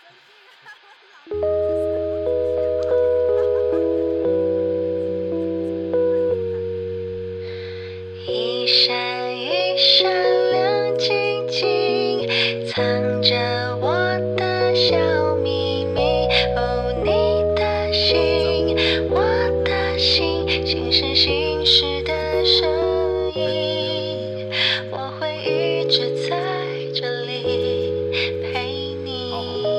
一闪一闪亮晶晶，藏着我的小秘密。哦，你的心，我的心，心是心事的声音。我会一直在这里陪你。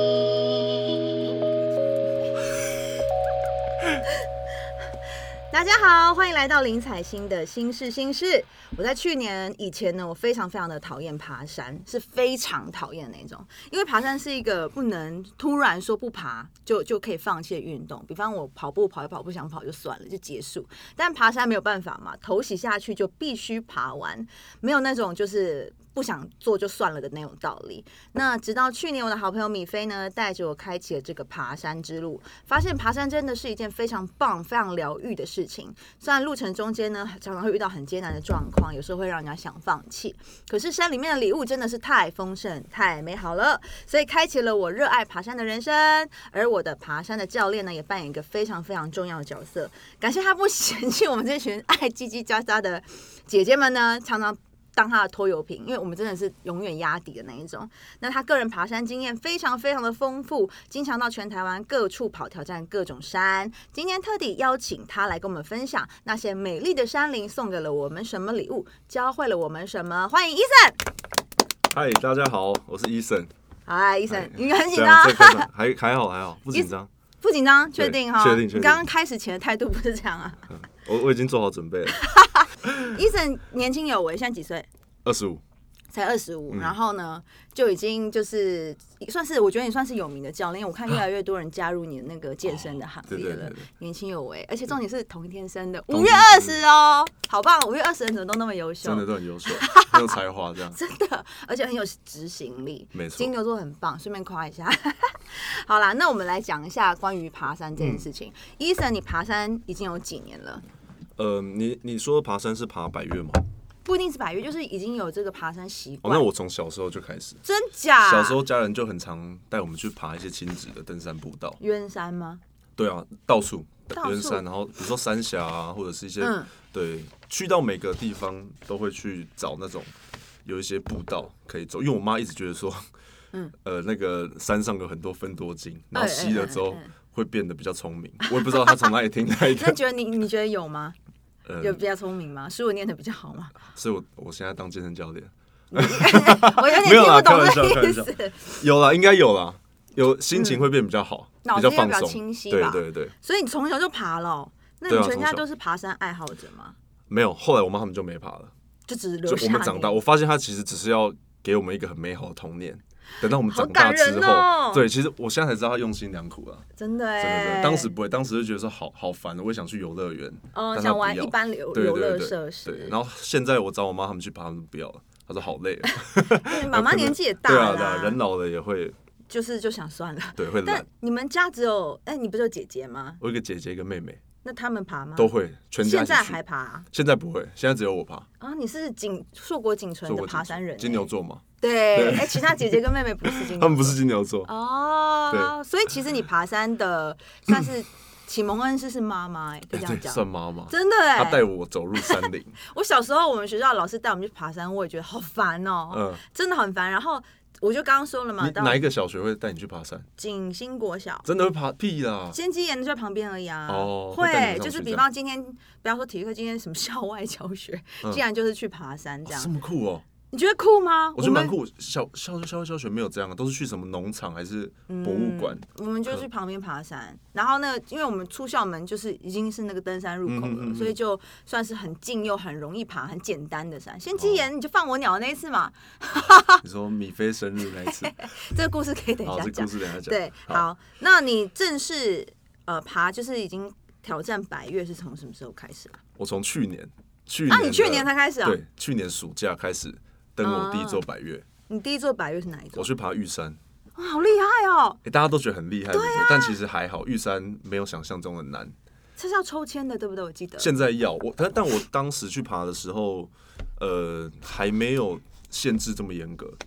大家好，欢迎来到林采欣的心事心事。我在去年以前呢，我非常的讨厌爬山，是非常讨厌的那种。因为爬山是一个不能突然说不爬就可以放弃的运动。比方我跑步跑一跑不想跑就算了就结束，但爬山没有办法嘛，头洗下去就必须爬完，没有那种就是不想做就算了的那种道理。那直到去年，我的好朋友米菲呢，带着我开启了这个爬山之路，发现爬山真的是一件非常棒、非常疗愈的事情。虽然路程中间呢，常常会遇到很艰难的状况，有时候会让人家想放弃，可是山里面的礼物真的是太丰盛、太美好了，所以开启了我热爱爬山的人生。而我的爬山的教练呢，也扮演一个非常非常重要的角色。感谢他不嫌弃我们这群爱叽叽喳喳的姐姐们呢，常常当他的拖油瓶，因为我们真的是永远压底的那一种。那他个人爬山经验非常非常的丰富，经常到全台湾各处跑，挑战各种山。今天特地邀请他来跟我们分享那些美丽的山林送给了我们什么礼物，教会了我们什么。欢迎伊森。 嗨，大家好，我是伊森。 嗨，伊森，你很紧张？ 还好，不紧张。 不紧张？确定哈？ 确定。 你刚刚开始前的态度不是这样啊？ 我已经做好准备了。 伊森年轻有为，现在几岁 ？25， 才25。然后呢，就已经就是算是，我觉得你算是有名的教练。我看越来越多人加入你的那个健身的行列了。年轻有为，而且重点是同一天生的，5月20哦，好棒！5月20人怎么都那么优秀？ 真的都很优秀，很有才华，这样真的，而且很有执行力。 没错， 金牛座很棒，顺便夸一下。好啦，那我们来讲一下关于爬山这件事情。伊森，你爬山已经有几年了？ 你说爬山是爬百岳吗？ 不一定是百岳，就是已经有这个爬山习惯。 那我从小时候就开始。 真假？ 小时候家人就很常带我们去爬一些亲子的登山步道。 鸢山吗？ 对啊，到处鸢山，然后比如说三峡啊，或者是一些对，去到每个地方都会去找那种有一些步道可以走，因为我妈一直觉得说，那个山上有很多芬多精，然后吸了之后会变得比较聪明。我也不知道她从哪里听来的。 那觉得你觉得有吗？有比较聪明吗？书我念的比较好吗？ 所以我现在当健身教练。 我有点听不懂这个意思。 有啦，应该有啦，有心情会变比较好， 脑子也比较清晰吧。 对。 所以你从小就爬了喔？那你全家都是爬山爱好者吗？ 没有，后来我妈他们就没爬了， 就只是留下。 就我们长大，我发现他其实只是要给我们一个很美好的童年。等到我们长大之后，对，其实我现在才知道他用心良苦啊， 真的真的，当时不会，当时就觉得说好烦的，我也想去游乐园， 想玩一般游乐设施。 对，然后现在我找我妈他们去爬，他们不要了，她说好累啊。 妈妈年纪也大了， 对啊，人老了也会， 就想算了， 对，会懒。 但你们家只有，你不是有姐姐吗？ 我有一个姐姐，一个妹妹。 那他们爬吗？ 都会，全家一起去。 现在还爬？ 现在不会，现在只有我爬。 啊，你是硕果仅存的爬山人， 金牛座吗？ 对，其他姐姐跟妹妹不是金牛座， 他们不是金牛座哦。所以其实你爬山的算是启蒙恩师是妈妈，可以这样讲， 算妈妈， 真的她带我走入山林。 我小时候我们学校的老师带我们去爬山，我也觉得好烦哦，真的很烦。然后我就刚刚说了嘛， 哪一个小学会带你去爬山？ 景兴国小。真的会爬屁啦？先基岩就在旁边而已啊。 会就是比方今天不要说体育课，今天什么校外教学，竟然就是去爬山这样。 这么酷哦！ 你觉得酷吗？ 我觉得蛮酷。校外教学没有这样啊，都是去什么农场还是博物馆？ 我们就去旁边爬山，然后呢，因为我们出校门就是已经是那个登山入口了，所以就算是很近又很容易爬、很简单的山。先基岩你就放我鸟那一次嘛。 你说米菲生日那一次， 这个故事可以等一下讲。 这故事等一下讲。 对，好，那你正式爬就是已经挑战百岳是从什么时候开始啊？ 我从去年你去年才开始啊？ 对，去年暑假开始。登我第一座百岳。 你第一座百岳是哪一座？ 我去爬玉山。 哇，好厉害哦！ 大家都觉得很厉害，但其实还好，玉山没有想象中的难。 这是要抽签的，对不对？我记得。 现在要但我当时去爬的时候，还没有限制这么严格。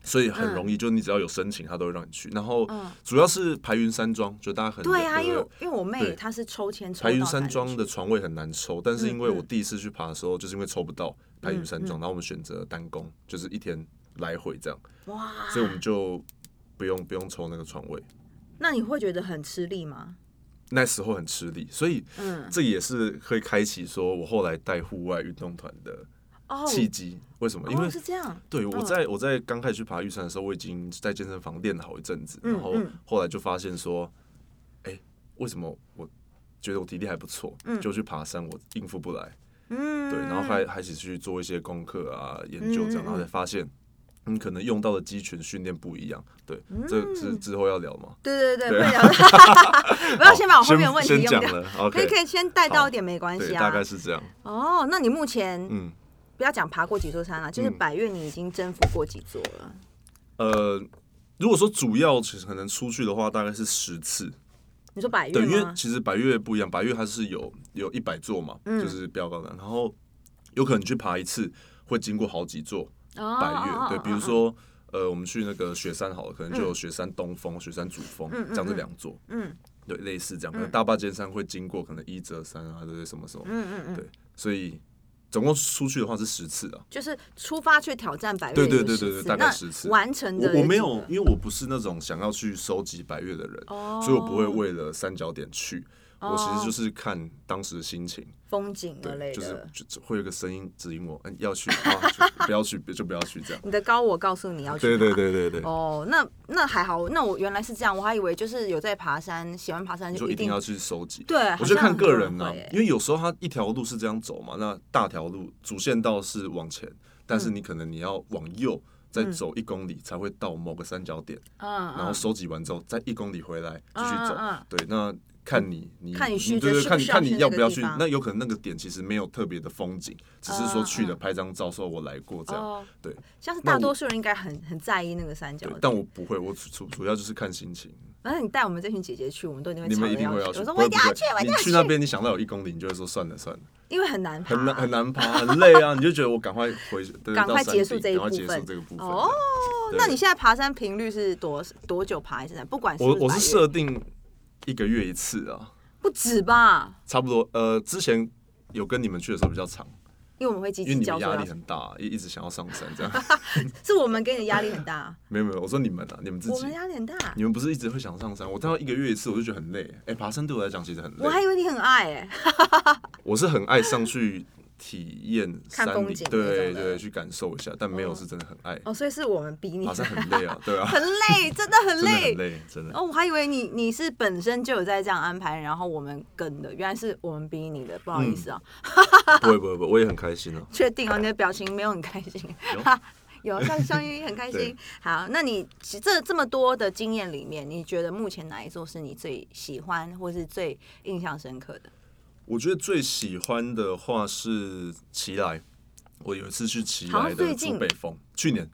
所以很容易，就你只要有申请，他都会让你去。然后主要是排云山庄，就大家很对啊，因为我妹她是抽签抽到排云山庄的床位很难抽，但是因为我第一次去爬的时候，就是因为抽不到排云山庄，然后我们选择单攻，就是一天来回这样。哇！所以我们就不用抽那个床位。 那你会觉得很吃力吗？ 那时候很吃力，所以这也是会开启说我后来带户外运动团的契机。为什么？因为是这样。 对，我在刚开始去爬玉山的时候，我已经在健身房练了好一阵子，然后后来就发现说，为什么我觉得我体力还不错，就去爬山我应付不来。对，然后开始去做一些功课啊、研究这样，然后才发现。可能用到的肌群训练不一样，对，这是之后要聊吗？ 对，会聊。不要先把我后面的问题用掉，可以先带到一点没关系啊。 大概是这样。 那你目前不要讲爬过几座山了，就是百岳你已经征服过几座了？ 如果说主要其实可能出去的话，大概是10次。 你说百岳对，因为其实百岳不一样，百岳它是有100座嘛，就是标高的，然后有可能你去爬一次会经过好几座。百岳对，比如说我们去那个雪山好了，可能就有雪山东峰、雪山主峰，这样这2座，对，类似这样。可能大霸尖山会经过可能一泽山啊，对什么，对，所以总共出去的话是10次啊， 就是出发去挑战百岳， 对，大概10次。 完成的我没有，因为我不是那种想要去收集百岳的人，所以我不会为了三角点去。我其实就是看当时的心情、 风景之类的， 就是会有个声音指引我，要去，不要去就不要去这样。 你的高我告诉你要去。 对。 那还好，那我原来是这样，我还以为就是有在爬山，喜欢爬山就一定要去收集。 对， 我觉得看个人啊，因为有时候它一条路是这样走嘛，那大条路主线道是往前，但是你可能你要往右。再走1公里才会到某个三角点，然后收集完之后再1公里回来继续走。对，那看你看你要不要去。那有可能那个点其实没有特别的风景，只是说去了拍张照，说我来过这样。对， 像是大多数人应该很在意那个三角点， 但我不会，我主要就是看心情。 反正你带我们这群姐姐去，我们都一定会。 你们一定会要去。 我说我一定要去， 你去那边，你想到有1公里，你就会说算了， 因为很难爬， 很难爬，很累啊！你就觉得我赶快回去， 赶快结束这一部分。 哦，那你现在爬山频率是多久爬一次山？不管是我是设定1个月1次啊， 不止吧？ 差不多。之前有跟你们去的时候比较长。 因为我们会积极教， 因为你们压力很大，一直想要上山这样。 是我们给你的压力很大？ 没有，我说你们啊，你们自己。 我们压力很大。 你们不是一直会想上山？我到1个月1次，我就觉得很累。爬山对我来讲其实很累。 我还以为你很爱我是很爱上去体验看风景， 对，去感受一下，但没有是真的很爱。 所以是我们逼你。 爬山很累啊，对啊。 很累，真的很累， 真的。 我还以为你是本身就有在这样安排，然后我们跟的，原来是我们逼你的，不好意思啊。 不会，我也很开心啊。 确定你的表情没有很开心。有像依依很开心。好，那你这么多的经验里面，你觉得目前哪一座是你最喜欢或是最印象深刻的？ 我觉得最喜欢的话是奇来。我有一次去奇来的竹北峰，去年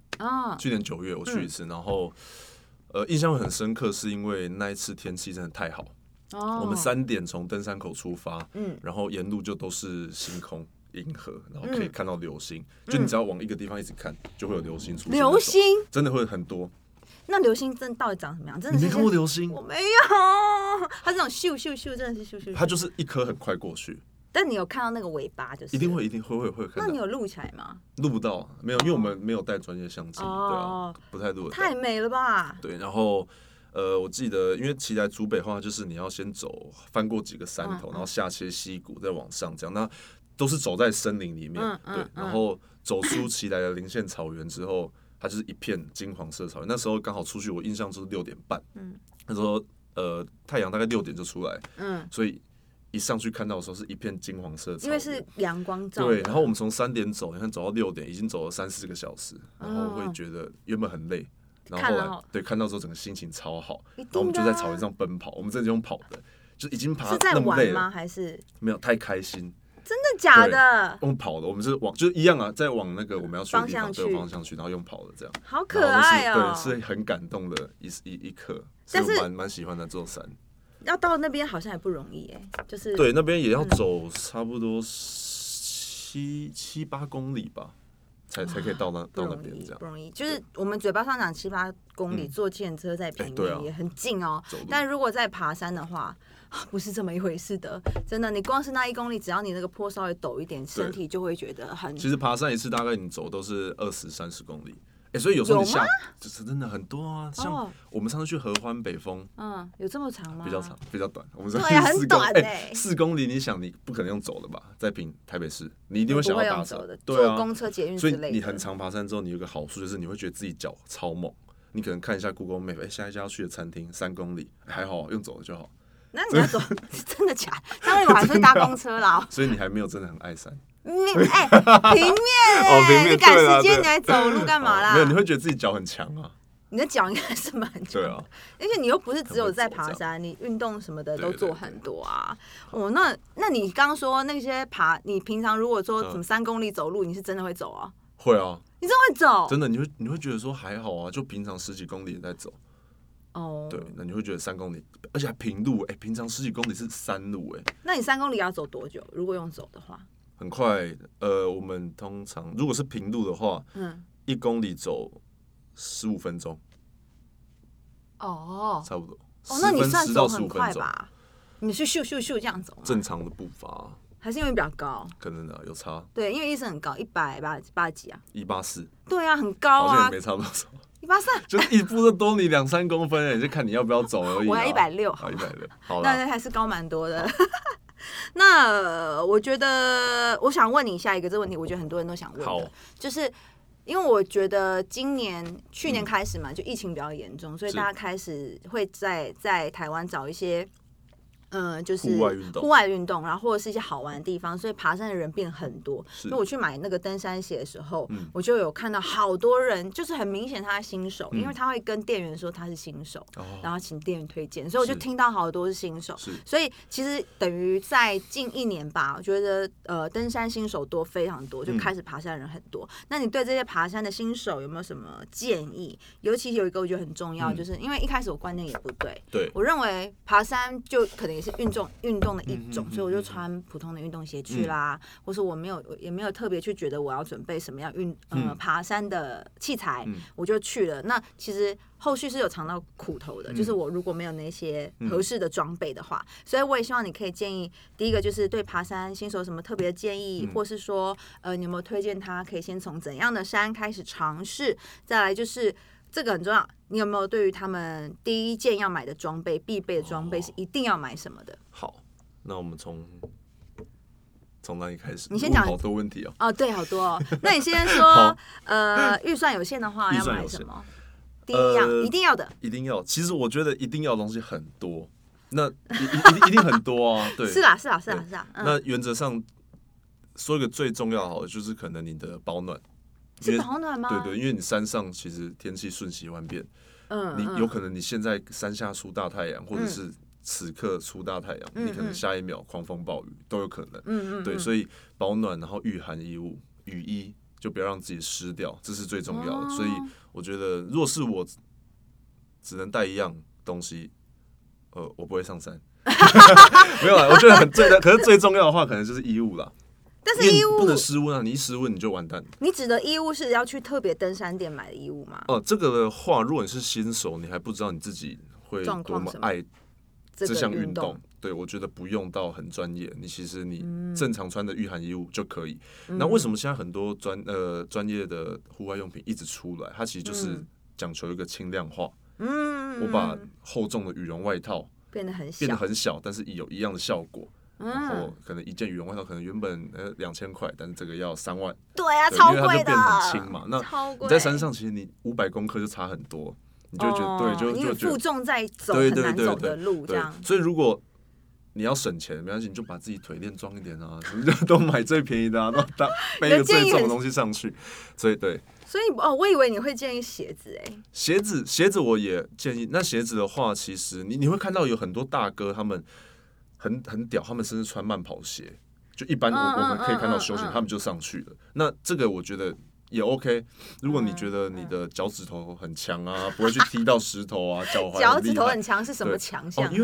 9月我去一次，然后印象很深刻，是因为那一次天气真的太好。我们3点从登山口出发，然后沿路就都是星空、银河，然后可以看到流星。就你只要往一个地方一直看，就会有流星出现。 流星真的会很多。 那流星真的到底长什么样？真的你没看过流星？ 我没有。它这种咻咻咻，真的是咻咻咻。 它就是一颗很快过去。 但你有看到那个尾巴，就是一定会看到。 那你有录起来吗？ 录不到，没有，因为我们没有带专业相机，对啊，不太录得到。 太美了吧？ 对，然后我记得，因为奇来竹北的话，就是你要先走翻过几个山头，然后下切溪谷，再往上这样，那都是走在森林里面，对，然后走出奇来的林线草原之后。它就是一片金黄色草原，那时候刚好出去，我印象就是6点半。那时候太阳大概6点就出来，所以一上去看到的时候是一片金黄色的草原， 因为是阳光照。 对，然后我们从3点走，你看走到6点，已经走了3-4个小时，然后会觉得原本很累，然后后来对看到之后整个心情超好，然后我们就在草原上奔跑，我们真的用跑的，就已经爬那么累了。是在玩吗？ 还是没有太开心？ 真的假的？ 用跑的，我们是就是一样啊，在往那个我们要去的地方对方向去，然后用跑的这样。 好可爱哦！ 对，是很感动的一刻，所以我蛮喜欢那座山。 要到那边好像也不容易就是对那边也要走差不多7-8公里吧， 才可以到那边这样。 不容易，就是我们嘴巴上讲7-8公里，坐计程车在平面也很近哦。但如果在爬山的话，不是这么一回事的。真的，你光是那1公里，只要你那个坡稍微陡一点，身体就会觉得很。 其实爬山一次大概你走都是20-30公里。所以有时候你就是真的很多啊，像我们上次去合欢北峰， 有这么长吗？ 比较长，比较短。我们对啊，很短 4公里，你想你不可能用走的吧？在台北市，你一定会想要搭车的， 对啊， 坐公车、捷运之类的。 所以你很常爬山之后，你有个好处就是你会觉得自己脚超猛。你可能看一下 Google Map， 下一家要去的餐厅3公里，还好用走的就好。 那你要走，真的假的？当然我还是搭公车啦。 所以你还没有真的很爱山。 平面你赶时间你还走路干嘛啦？ 没有，你会觉得自己脚很强啊。 你的脚应该是蛮强的， 对啊。 而且你又不是只有在爬山，你运动什么的都做很多啊。那你刚刚说那些你平常如果说什么3公里走路，你是真的会走啊？ 会啊。 你真的会走？ 真的，你会觉得说还好啊，就平常10几公里也在走。对，那你会觉得3公里，而且还平路，平常10几公里是山路， 那你3公里要走多久？如果用走的话？ 很快，我们通常如果是平路的话，1公里走15分钟。差不多。 那你算走很快吧？你是咻咻咻这样走吗？ 正常的步伐。 还是因为比较高？ 可能有差。 对，因为医生很高，180几啊。 184。 对啊，很高啊。 好像也没差多少。 183， 就是一步就多你2-3公分，你就看你要不要走而已。 我还160。 160，好了。 那还是高蛮多的。那我觉得，我想问你下一个这个问题，我觉得很多人都想问的，就是因为我觉得去年开始嘛，就疫情比较严重，所以大家开始会在台湾找一些。就是户外运动，然后或者是一些好玩的地方，所以爬山的人变很多。所以我去买那个登山鞋的时候，我就有看到好多人，就是很明显他是新手，因为他会跟店员说他是新手，然后请店员推荐，所以我就听到好多是新手。所以其实等于在近1年吧，我觉得登山新手多非常多，就开始爬山的人很多。那你对这些爬山的新手有没有什么建议？尤其有一个我觉得很重要，就是因为一开始我观念也不对，我认为爬山就可能也是运动的一种，所以我就穿普通的运动鞋去啦，或是我也没有特别去觉得我要准备什么样爬山的器材，我就去了。那其实后续是有尝到苦头的，就是我如果没有那些合适的装备的话，所以我也希望你可以建议，第一个就是对爬山新手有什么特别的建议，或是说你有没有推荐他可以先从怎样的山开始尝试，再来就是这个很重要，你有没有对于他们第一件要买的装备、必备的装备是一定要买什么的？ 好，那我们从哪里开始？ 你先讲。 好多问题对，好多哦。那你先说，预算有限的话要买什么？第一样一定要的， 一定要。其实我觉得一定要的东西很多，那一定很多啊。对， 是啦。 那原则上说一个最重要好的，就是可能你的保暖。 是保暖吗？ 对，因为你山上其实天气瞬息万变，你有可能你现在山下出大太阳，或者是此刻出大太阳，你可能下一秒狂风暴雨都有可能。对，所以保暖，然后御寒衣物、雨衣，就不要让自己湿掉，这是最重要的。所以我觉得，若是我只能带一样东西，我不会上山。没有啦，我觉得可是最重要的话，可能就是衣物啦。 但是衣物不能失温啊！你一失温你就完蛋。 你指的衣物是要去特别登山店买的衣物吗？ 这个的话，如果你是新手，你还不知道你自己会多么爱这项运动，对，我觉得不用到很专业，其实你正常穿的御寒衣物就可以。那为什么现在很多专业的户外用品一直出来？它其实就是讲求一个轻量化。我把厚重的羽绒外套变得很小，但是有一样的效果。然后可能一件羽绒外套可能原本2000块，但是这个要3万。 对啊，超贵的， 因为它就变很轻嘛。那你在山上，其实你500公克就差很多，你就觉得对，就因为负重在走很难走的路这样。 所以如果你要省钱，没关系，你就把自己腿练壮一点啊，都买最便宜的啊，都背一个最重的东西上去。所以对。 所以我以为你会建议鞋子鞋子我也建议。那鞋子的话，其实你会看到有很多大哥他们。很屌，他们甚至穿慢跑鞋，就一般我们可以看到休闲，他们就上去了。那这个我觉得也 OK。如果你觉得你的脚趾头很强啊，不会去踢到石头啊，脚踝脚趾头很强是什么强项？ 因为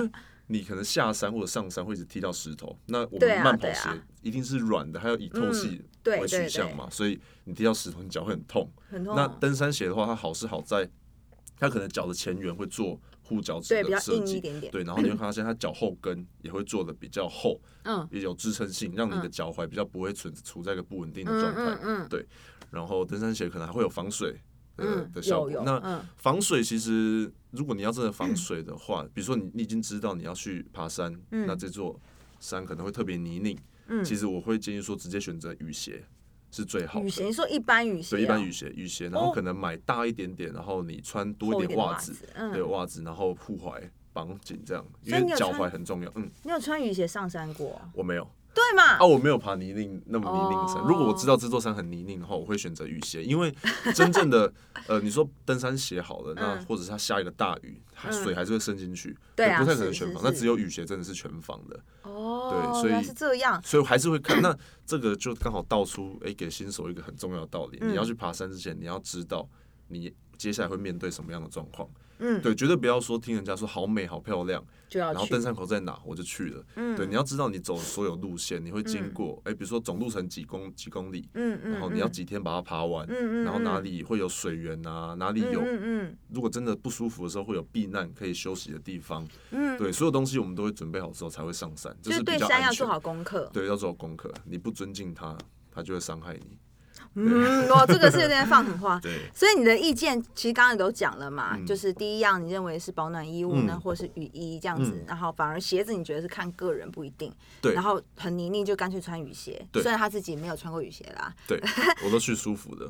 你可能下山或者上山会一直踢到石头，那我们慢跑鞋一定是软的，还有以透气为取向嘛，所以你踢到石头，你脚会很痛。那登山鞋的话，它好是好在，它可能脚的前缘会做护脚趾的设计，对，然后你会发现它脚后跟也会做的比较厚，也有支撑性，让你的脚踝比较不会处在一个不稳定的状态，对。然后登山鞋可能还会有防水的效果。那防水其实，如果你要真的防水的话，比如说你已经知道你要去爬山，那这座山可能会特别泥泞，其实我会建议说直接选择雨鞋是最好的。 雨鞋，你说一般雨鞋？ 对，一般雨鞋，然后可能买大一点点，然后你穿多一点袜子，对，袜子，然后护踝绑紧这样，因为脚踝很重要。 你有穿雨鞋上山过？ 我没有。 对嘛？ 我没有爬泥泞那么泥泞的山。如果我知道这座山很泥泞的话，我会选择雨鞋，因为真正的你说登山鞋好了，那或者是它下一个大雨，水还是会渗进去，对，不太可能全防。那只有雨鞋真的是全防的。对，所以是这样， 所以我还是会看。那这个就刚好道出给新手一个很重要的道理：你要去爬山之前，你要知道你接下来会面对什么样的状况。对，绝对不要说听人家说好美好漂亮，然后登山口在哪我就去了。对，你要知道你走的所有路线，你会经过，比如说总路程几公里，然后你要几天把它爬完，然后哪里会有水源啊，哪里有，如果真的不舒服的时候会有避难可以休息的地方。对，所有东西我们都会准备好之后才会上山， 就是比较安全。 对山要做好功课。 对，要做好功课，你不尊敬它，它就会伤害你。 这个是有点放狠话。 对， 所以你的意见其实刚刚都讲了嘛，就是第一样你认为是保暖衣物呢，或是雨衣这样子，然后反而鞋子你觉得是看个人不一定。对，然后很泥泞就干脆穿雨鞋，虽然他自己没有穿过雨鞋啦。 对，我都去舒服的。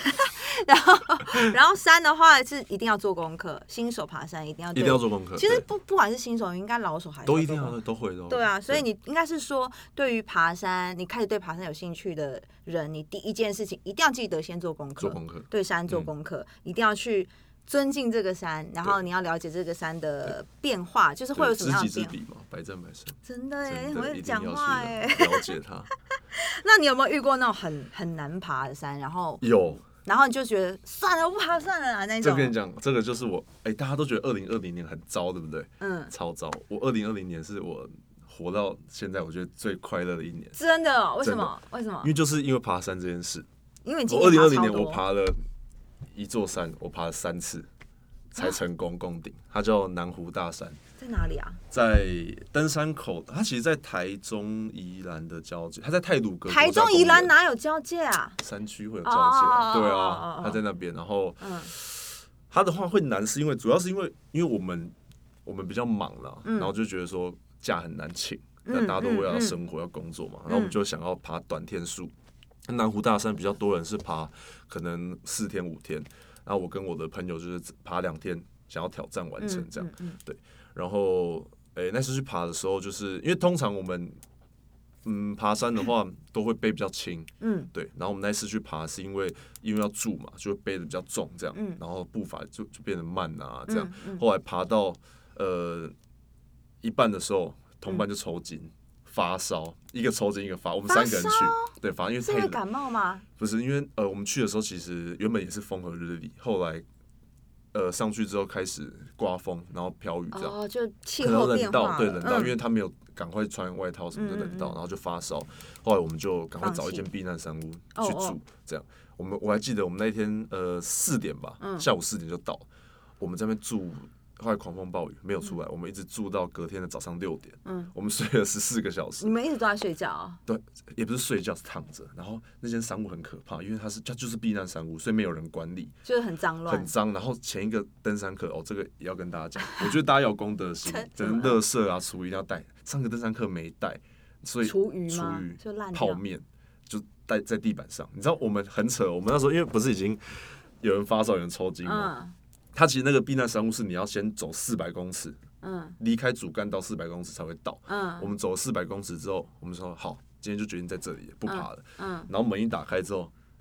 然后山的话是一定要做功课，新手爬山一定要做功课。 其实不管是新手，应该老手还是都一定要都会。 对啊，所以你应该是说，对于爬山，你开始对爬山有兴趣的人，你第一件事情一定要记得先做功课，对山做功课，一定要去尊敬这个山，然后你要了解这个山的变化，就是会有什么样的变化。知己知彼嘛，百战百胜。真的耶，很会讲话耶， 了解它。 那你有没有遇过那种很难爬的山？然后有。 然后你就觉得算了，我不爬算了啦那种。 这跟你讲，这个就是我大家都觉得2020年很糟，对不对？超糟。我2020年是我活到现在我觉得最快乐的一年。 真的？为什么？因为就是因为爬山这件事。 因为我2020年我爬了一座山，我爬了3次才成功攻顶，它叫南湖大山。 在哪里啊？ 在登山口，它其实，在台中宜兰的交界，它在太鲁阁。 台中宜兰哪有交界啊？ 山区会有交界啊，对啊，它在那边。然后，它的话会难，是因为主要是因为我们比较忙啦，然后就觉得说假很难请，那大家都为了生活要工作嘛，然后我们就想要爬短天数。南湖大山比较多人是爬可能4天5天，然后我跟我的朋友就是爬2天，想要挑战完成这样，对。然后，那次去爬的时候，就是因为通常我们，爬山的话都会背比较轻，对。然后我们那次去爬是因为要住嘛，就会背的比较重，这样，然后步伐就变得慢啊，这样。后来爬到一半的时候，同伴就抽筋发烧，一个抽筋一个发，我们3个人去，对，因为太冷。是感冒吗？ 不是，因为我们去的时候其实原本也是风和日丽，后来。上去之后开始刮风，然后飘雨这样， 就气候变化， 对，冷到，因为他没有赶快穿外套什么的，冷到，然后就发烧。后来我们就赶快找一间避难山屋去住，这样。我还记得我们那一天4点吧，下午4点就到，我们在那边住。后来狂风暴雨没有出来，我们一直住到隔天的早上6点。我们睡了14个小时。 你们一直都在睡觉啊？ 对，也不是睡觉，是躺着。然后那间山屋很可怕，因为它就是避难山屋，所以没有人管理， 就是很脏乱， 很脏。然后前一个登山客，这个也要跟大家讲，我觉得大家要有公德心，真的垃圾啊、厨余一定要带。上个登山客没带，所以厨余就烂掉， 泡面就带在地板上。你知道我们很扯，我们那时候因为不是已经有人发烧、有人抽筋吗？它其实那个避难山屋是你要先走400公尺，离开主干到400公尺才会到。我们走了400公尺之后，我们说好，今天就决定在这里不爬了。然后门一打开之后，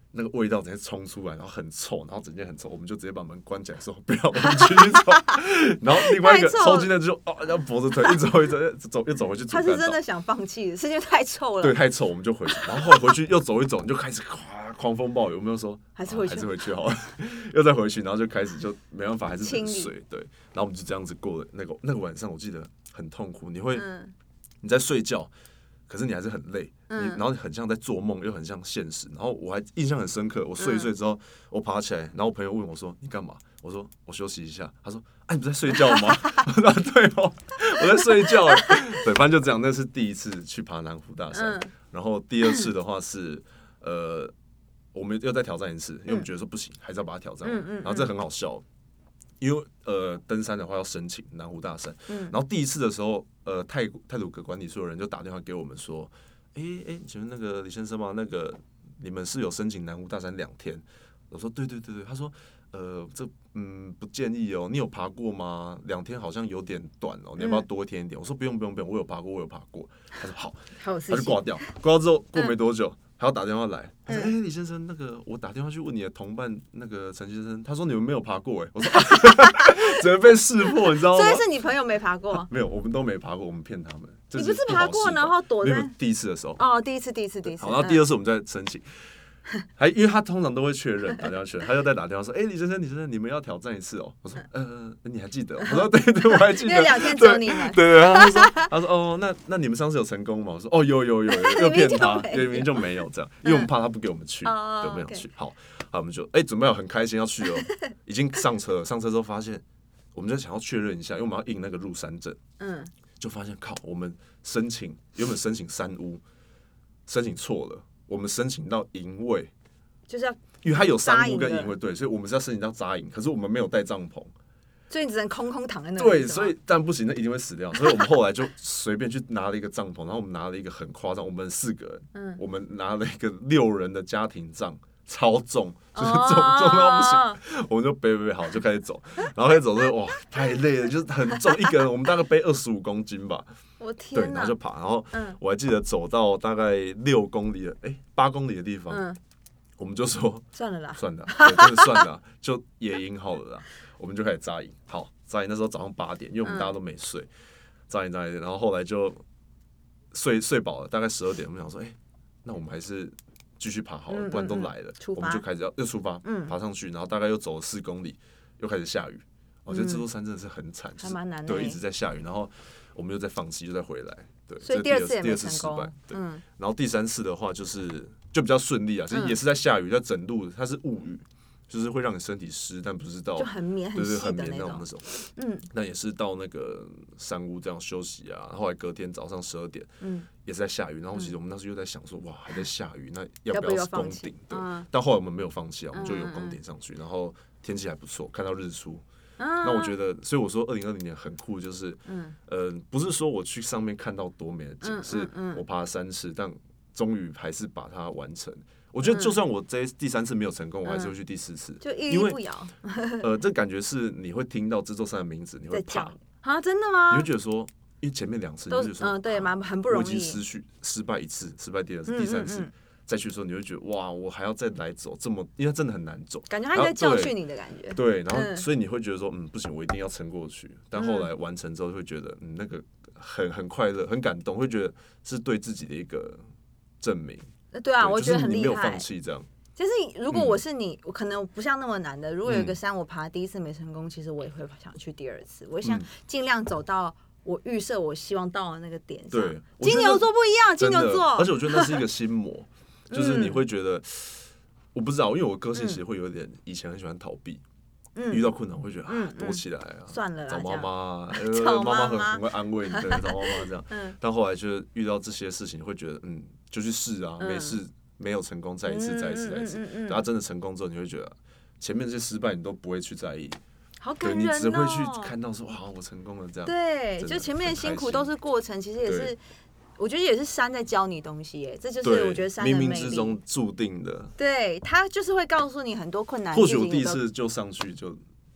那个味道直接冲出来，然后很臭，然后整间很臭，我们就直接把门关起来说不要，我们继续走。然后另外一个抽筋的就要跛着腿一直走，又走回去主干道。 他是真的想放弃，是因为太臭了。 对，太臭，我们就回去。然后后来回去又走一走，你就开始狂风暴雨。我们就说还是回去好了，又再回去，然后就开始就没办法，还是冷水。对，然后我们就这样子过了那个晚上，我记得很痛苦。你在睡觉。可是你还是很累，然后很像在做梦，又很像现实。然后我还印象很深刻，我睡一睡之后，我爬起来，然后我朋友问我说：“你干嘛？”我说：“我休息一下。”他说：“你不在睡觉吗？”我说：“对哦，我在睡觉。”对，反正就这样。那是第一次去爬南湖大山，然后第二次的话是我们又再挑战一次，因为我们觉得说不行，还是要把它挑战完。然后这很好笑。因为登山的话要申请南湖大山，然后第一次的时候，太鲁阁管理处的人就打电话给我们说，请问那个李先生吗？那个你们是有申请南湖大山2天？我说对，他说这不建议哦，你有爬过吗？2天好像有点短哦，你要不要多一天一点？我说不用，我有爬过。他说好，他就挂掉之后过没多久。还要打电话来，他说：“李先生，那个我打电话去问你的同伴那个陈先生，他说你们没有爬过。”我说：“怎么被识破？你知道吗？” 所以是你朋友没爬过？ 没有，我们都没爬过，我们骗他们。 你不是爬过，然后躲在第一次的时候？ 哦，第一次。 好，然后第二次我们再申请。因为他通常都会确认，打电话确认，他就再打电话说：“李先生，你们要挑战一次哦。”我说：“你还记得？”我说：“对，我还记得。” 因为2天只有你们。 对，他说：“哦，那你们上次有成功吗？”我说：“哦，有，又骗他，明明就没有这样，因为我们怕他不给我们去，对，没有去。好，我们就准备好很开心要去哦，已经上车了。上车之后发现，我们就想要确认一下，因为我们要印那个入山证，就发现靠，我们原本申请山屋，申请错了。我们申请到营位， 就是要因为它有山屋跟营位，对，所以我们是要申请到扎营，可是我们没有带帐篷， 所以你只能空躺在那里。 对，所以但不行，那一定会死掉。所以我们后来就随便去拿了一个帐篷，然后我们拿了一个很夸张，我们4个人，我们拿了一个6人的家庭帐，超重，就是重到不行，我们就背好就开始走，然后开始走之后哇太累了，就是很重，一个人我们大概背25公斤吧。 我天哪！ 对，然后就爬，然后我还记得走到大概8公里的地方，我们就说算了啦， 对，真的算了，就野营好了啦，我们就开始扎营。好，扎营那时候早上8点，因为我们大家都没睡，扎营，然后后来就睡饱了，大概12点，我们想说，那我们还是继续爬好了，不然都来了，我们就开始要出发，爬上去，然后大概又走了4公里，又开始下雨。我觉得这座山真的是很惨， 还蛮难的， 对，一直在下雨，然后我们又在放弃，又再回来，对， 所以第二次也没成功， 失败，对，然后第3次的话就比较顺利啊，其实也是在下雨，在整路它是雾雨，就是会让你身体湿，但不是到就很绵很细的那种，那也是到那个山屋这样休息啊，后来隔天早上12点，也是在下雨，然后其实我们那时候又在想说，哇，还在下雨，那要不要攻顶？对，但后来我们没有放弃啊，我们就有攻顶上去，然后天气还不错，看到日出。那我觉得，所以我说2020年很酷，就是不是说我去上面看到多美的景，是我爬了3次，但终于还是把它完成。我觉得就算我第3次没有成功，我还是会去第4次， 就屹立不摇。 这感觉是你会听到这座山的名字，你会怕啊？真的吗？ 你会觉得说，因为前面2次你就说， 对，很不容易， 我已经失败1次，失败第2次，第3次。再去的时候，你会觉得哇，我还要再来走这么，因为真的很难走， 感觉他在教训你的感觉。 对，然后所以你会觉得说，不行，我一定要撑过去。但后来完成之后，会觉得那个很快乐，很感动，会觉得是对自己的一个证明。 对啊，我觉得很厉害。 你没有放弃这样。 就是如果我是你，我可能不像那么难的。如果有一个山我爬第1次没成功，其实我也会想去第2次。我想尽量走到我预设我希望到的那个点上。对，金牛座不一样，金牛座， 而且我觉得那是一个心魔。就是你会觉得，我不知道，因为我个性其实会有点，以前很喜欢逃避，遇到困难我会觉得躲起来啊， 算了， 找妈妈，妈妈很会安慰你，对，找妈妈这样。但后来就遇到这些事情，会觉得就去试啊，没事，没有成功，再一次。等他真的成功之后，你会觉得前面这些失败你都不会去在意， 好感人哦， 你只会去看到说哇，我成功了这样。 对，就前面的辛苦都是过程，其实也是。我觉得也是山在教你东西耶，这就是我觉得山的魅力。 冥冥之中注定的。 对，他就是会告诉你很多困难。 或许我第1次就上去就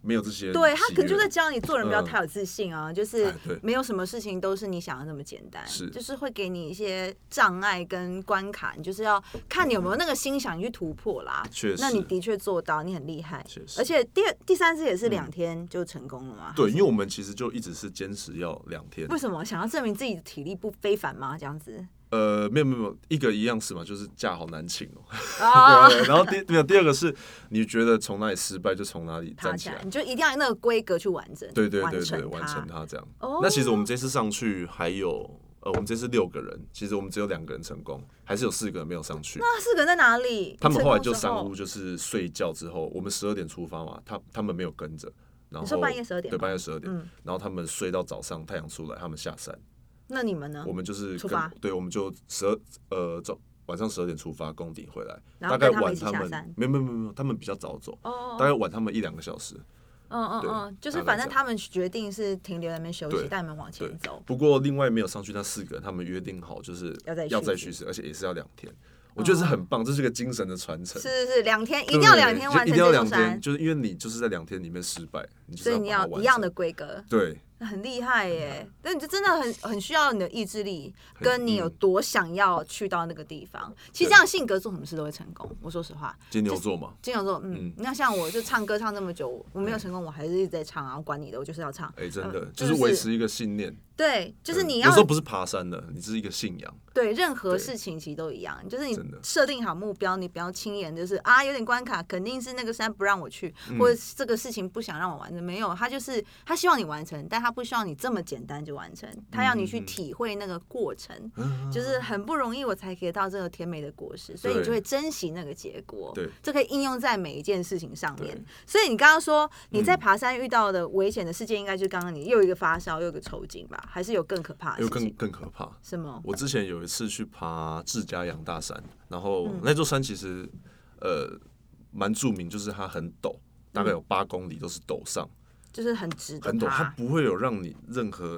没有这些， 对他可能就在教你做人不要太有自信啊，就是对没有什么事情都是你想的那么简单， 是就是会给你一些障碍跟关卡，你就是要看你有没有那个心想你去突破啦。 确实， 那你的确做到，你很厉害。 确实， 而且第三次也是2天就成功了嘛？ 对，因为我们其实就一直是坚持要2天。 为什么想要证明自己的体力不非凡吗？这样子？ 没有，一个一样是嘛，就是假好难请哦。对，然后第二个是，你觉得从哪里失败就从哪里站起来， 你就一定要那个规格去完整， 对，完成它这样。那其实我们这次上去还有我们这次6个人，其实我们只有2个人成功，还是有4个人没有上去。 那4个人在哪里？ 他们后来就3屋，就是睡觉之后，我们12点出发嘛，他们没有跟着。然后你说半夜12点？ 对，半夜12点。然后他们睡到早上太阳出来，他们下山。 那你们呢？ 我们就是出发， 对，我们就晚上12点出发，攻顶回来， 大概晚他们没有，他们比较早走，大概晚他们1-2个小时。 就是反正他们决定是停留在那边休息，带你们往前走。 不过另外没有上去那4个人，他们约定好就是要再续试，而且也是要2天。我觉得是很棒，这是个精神的传承。 是2天，一定要2天完成这座山， 就是因为你就是在2天里面失败， 所以你要一样的规格。 对。 很厉害耶！但你就真的很需要你的意志力，跟你有多想要去到那个地方。其实这样性格做什么事都会成功。我说实话， 金牛座嘛， 金牛座，那像我就唱歌唱这么久，我没有成功，我还是一直在唱啊，我管你的，我就是要唱。 真的就是维持一个信念。 对，就是你要有时候不是爬山的，你是一个信仰。 对，任何事情其实都一样，就是你设定好目标，你不要轻言就是有点关卡，肯定是那个山不让我去，或者这个事情不想让我完成。没有，他就是他希望你完成，但他不希望你这么简单就完成，他要你去体会那个过程，就是很不容易我才可以到这个甜美的果实，所以你就会珍惜那个结果。 对， 这可以应用在每一件事情上面。所以你刚刚说你在爬山遇到的危险的事件，应该就是刚刚你又一个发烧，又一个抽筋吧？还是有更可怕的事情？ 有更可怕。 什么？ 我之前有一次去爬志嘉阳大山，然后那座山其实蛮著名，就是它很陡，大概有8公里都是陡上。就是很直的， 很陡，它不会有让你任何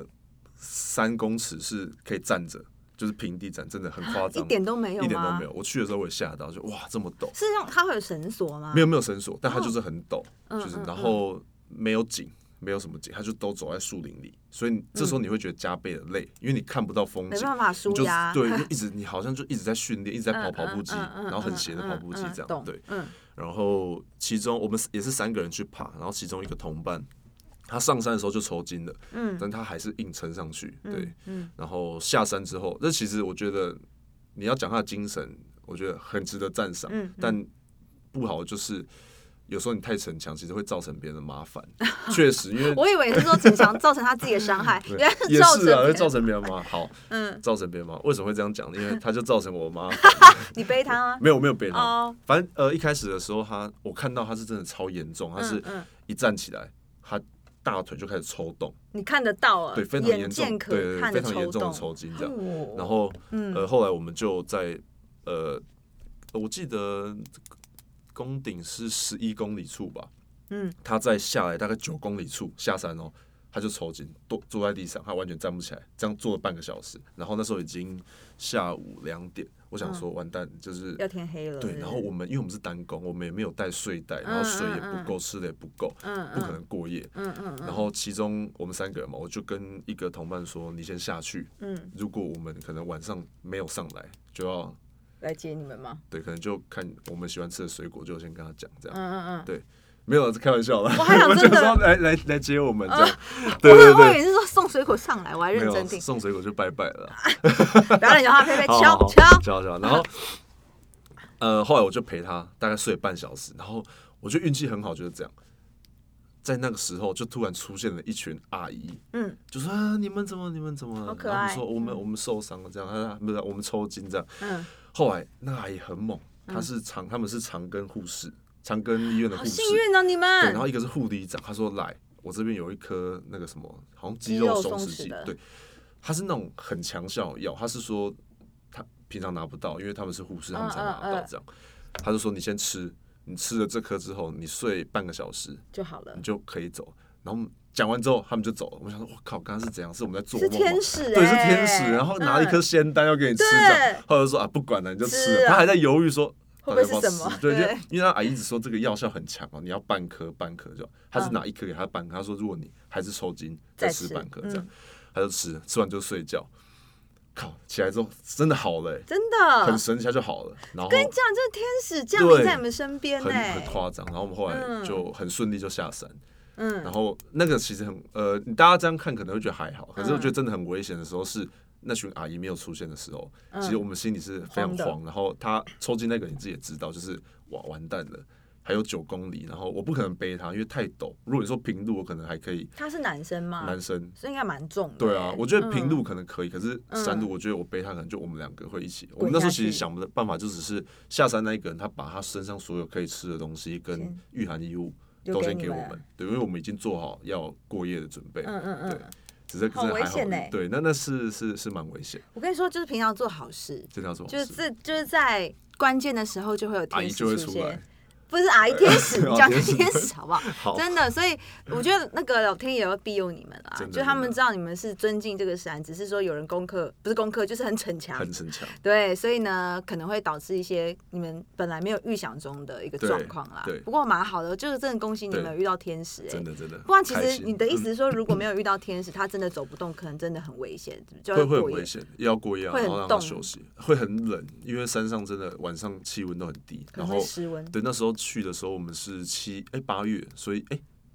3公尺是可以站着，就是平地站，真的很夸张， 一点都没有吗？ 一点都没有。我去的时候我也吓到，就哇这么陡。 是用它会有绳索吗？ 没有绳索，但它就是很陡，就是然后没有景，没有什么景，它就都走在树林里，所以这时候你会觉得加倍的累，因为你看不到风景， 没办法舒压， 对，你好像就一直在训练，一直在跑步机，然后很斜的跑步机这样，对，然后其中我们也是3个人去爬，然后其中一个同伴。他上山的时候就抽筋了，但他还是硬撑上去，对，然后下山之后，这其实我觉得你要讲他的精神，我觉得很值得赞赏，但不好就是有时候你太逞强，其实会造成别人的麻烦，确实，因为我以为是说逞强造成他自己的伤害，原来也是啊，会造成别人麻烦，好，造成别人麻烦，为什么会这样讲呢？因为他就造成我麻烦， 你背他吗？ 没有背他，反正一开始的时候我看到他是真的超严重，他是一站起来他。大腿就开始抽动， 你看得到啊？ 对，非常严重，对，非常严重的抽筋这样。然后，后来我们就在我记得宫顶是11公里处吧，他在下来大概9公里处下山哦，他就抽筋，坐在地上，他完全站不起来，这样坐了半个小时。然后那时候已经下午2点。我想说完蛋，就是要天黑了。 对，然后因为我们是单工，我们也没有带睡袋，然后水也不够，吃的也不够，不可能过夜。然后其中我们3个人嘛，我就跟一个同伴说：“你先下去。如果我们可能晚上没有上来，就要来接你们吗？ 对，可能就看我们喜欢吃的水果，就先跟他讲这样。对。”没有，是开玩笑的。 我还想真的说来接我们这样。对， 我以为是说送水果上来，我还认真听。 送水果就拜拜了。 不要乱讲话，佩佩敲。 然后后来我就陪他，大概睡了半小时，然后我觉得运气很好，就是这样。在那个时候，就突然出现了一群阿姨，就说你们怎么了？ 好可爱。 然后说我们受伤了，这样，不是我们抽筋这样。后来那个阿姨很猛，他们是长庚护士。长庚医院的护士， 好幸运哦，你们。 对，然后一个是护理长，他说来，我这边有一颗那个什么，好像肌肉松弛剂，对，他是那种很强效的药，他是说他平常拿不到，因为他们是护士，他们才拿得到这样。他就说你先吃，你吃了这颗之后，你睡半个小时就好了， 你就可以走。然后讲完之后，他们就走了。我想说，我靠，刚刚是怎样？是我们在做梦吗？ 是天使， 对，是天使。然后拿了一颗仙丹要给你吃，这样。后来就说不管了，你就吃了。他还在犹豫说。 会不会是什么？ 对，因为他阿姨一直说这个药效很强哦，你要半颗就，他是拿1颗给他半颗，他说如果你还是抽筋，再吃半颗这样，他就吃完就睡觉。靠，起来之后真的好了， 真的很神奇，就好了。然后跟你讲，这天使降临在你们身边， 很夸张。然后我们后来就很顺利就下山。然后那个其实大家这样看可能会觉得还好，可是我觉得真的很危险的时候是那群阿姨没有出现的时候，其实我们心里是非常慌。然后他抽筋那个你自己也知道，就是完蛋了。还有9公里，然后我不可能背他，因为太陡。如果你说平路，我可能还可以。 他是男生吗？ 男生， 所以应该蛮重的。 对啊，我觉得平路可能可以，可是山路，我觉得我背他可能就我们2个会一起。我们那时候其实想的办法就只是下山那一个人，他把他身上所有可以吃的东西跟御寒衣物都先给我们，对，因为我们已经做好要过夜的准备。对，只是好危险欸。 对，那是蛮危险。 我跟你说，就是平常做好事， 真的要做好事， 就是在关键的时候就会有天使出现。不是阿姨天使，你讲天使好不好？真的，所以我觉得那个老天爷会庇佑你们啦，就他们知道你们是尊敬这个山，只是说有人不是功课，就是很逞强，对，所以呢可能会导致一些你们本来没有预想中的一个状况啦。不过蛮好的，就是真的恭喜你们有遇到天使， 真的。 不然其实你的意思是说，如果没有遇到天使，他真的走不动，可能真的很危险， 会很危险，要过夜，然后让他休息，会很冷，因为山上真的晚上气温都很低，然后湿温。 对，那时候去的时候我们是8月，所以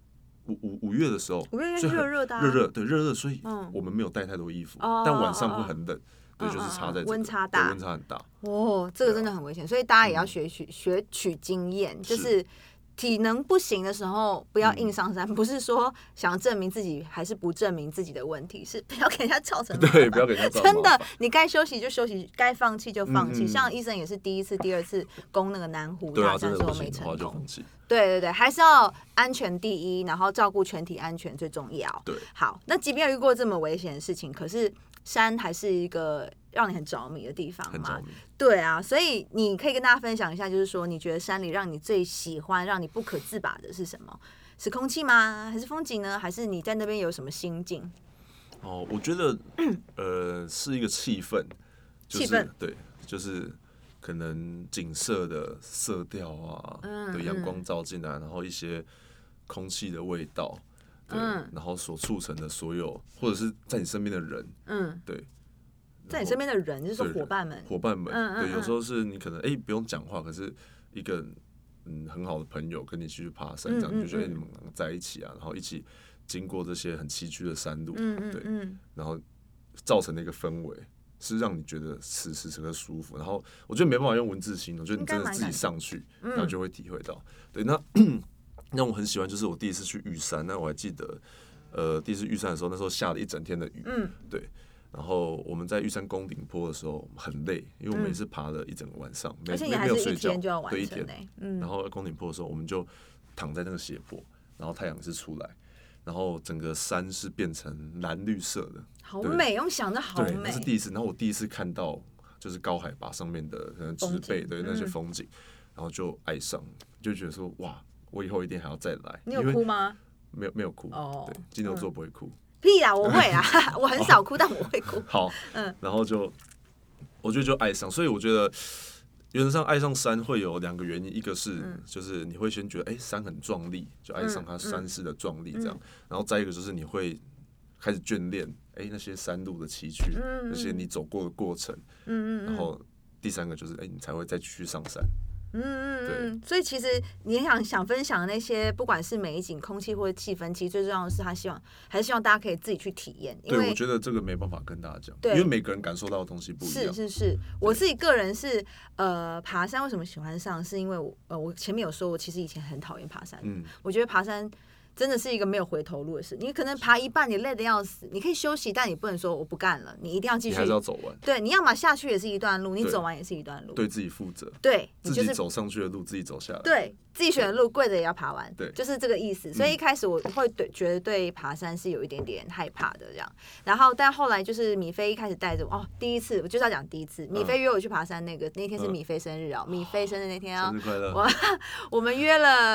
5月的时候，5月热的， 热，所以我们没有带太多衣服，但晚上会很冷，对，就是差在温差大， 温差很大。 哦，这个真的很危险，所以大家也要学取经验，就是体能不行的时候不要硬上山，不是说想证明自己还是不证明自己的问题，是不要给人家造成麻烦。 对，不要给人家造成麻烦。 真的，你该休息就休息，该放弃就放弃。像医生也是第1次、第2次攻那个南湖大山的时候没成功。对，还是要安全第一，然后照顾全体安全最重要。 对， 好，那即便有遇过这么危险的事情，可是山还是一个让你很着迷的地方嘛。对啊，所以你可以跟大家分享一下，就是说你觉得山里让你最喜欢、让你不可自拔的是什么？是空气吗？还是风景呢？还是你在那边有什么心境？ 我觉得是一个气氛，对，就是可能景色的色调啊，对，阳光照进来，然后一些空气的味道，对，然后所促成的所有，或者是在你身边的人，对。 在你身边的人，就是说伙伴们， 对，有时候是你可能不用讲话，可是一个很好的朋友跟你去爬山，这样你就觉得你们两个在一起啊，然后一起经过这些很崎岖的山路，对，然后造成的一个氛围是让你觉得此时此刻舒服。然后我觉得没办法用文字形容，就是你真的自己上去，然后就会体会到。对，那我很喜欢，就是我第一次去玉山，那我还记得，第一次玉山的时候，那时候下了一整天的雨，对。然后我们在玉山宫顶坡的时候很累，因为我们也是爬了一整个晚上， 而且你还是一天就要完成， 对，一天。然后宫顶坡的时候，我们就躺在那个斜坡，然后太阳是出来，然后整个山是变成蓝绿色的， 好美，用想的好美。 那是第一次，然后我第一次看到就是高海拔上面的可能植被的那些风景，然后就爱上，就觉得说哇，我以后一定还要再来。 你有哭吗？ 没有哭，对，金牛座不会哭。 屁啦，我会啊，我很少哭，但我会哭。 好，然后我觉得就爱上，所以我觉得原则上爱上山会有2个原因，一个是就是你会先觉得山很壮丽，就爱上它山势的壮丽这样，然后再一个就是你会开始眷恋那些山路的崎岖，那些你走过的过程，然后第3个就是你才会再继续上山。对， 所以其实你想分享的那些，不管是美景、空气或者气氛，其实最重要的是还是希望大家可以自己去体验。 对，我觉得这个没办法跟大家讲，因为每个人感受到的东西不一样。 是，我自己个人是爬山为什么喜欢上，是因为我前面有说，我其实以前很讨厌爬山，我觉得爬山真的是一个没有回头路的事。你可能爬一半，你累得要死，你可以休息，但你不能说我不干了，你一定要继续， 你还是要走完。 对，你要么下去也是一段路，你走完也是一段路， 对自己负责。 对， 自己走上去的路，自己走下来。 对，自己选的路，跪着也要爬完。 对， 就是这个意思。所以一开始我会觉得对爬山是有一点点害怕的这样。然后，但后来就是米菲一开始带着我，第一次我就是要讲第一次，米菲约我去爬山那天是米菲生日啊，米菲生日那天啊， 生日快乐！ 我们约了。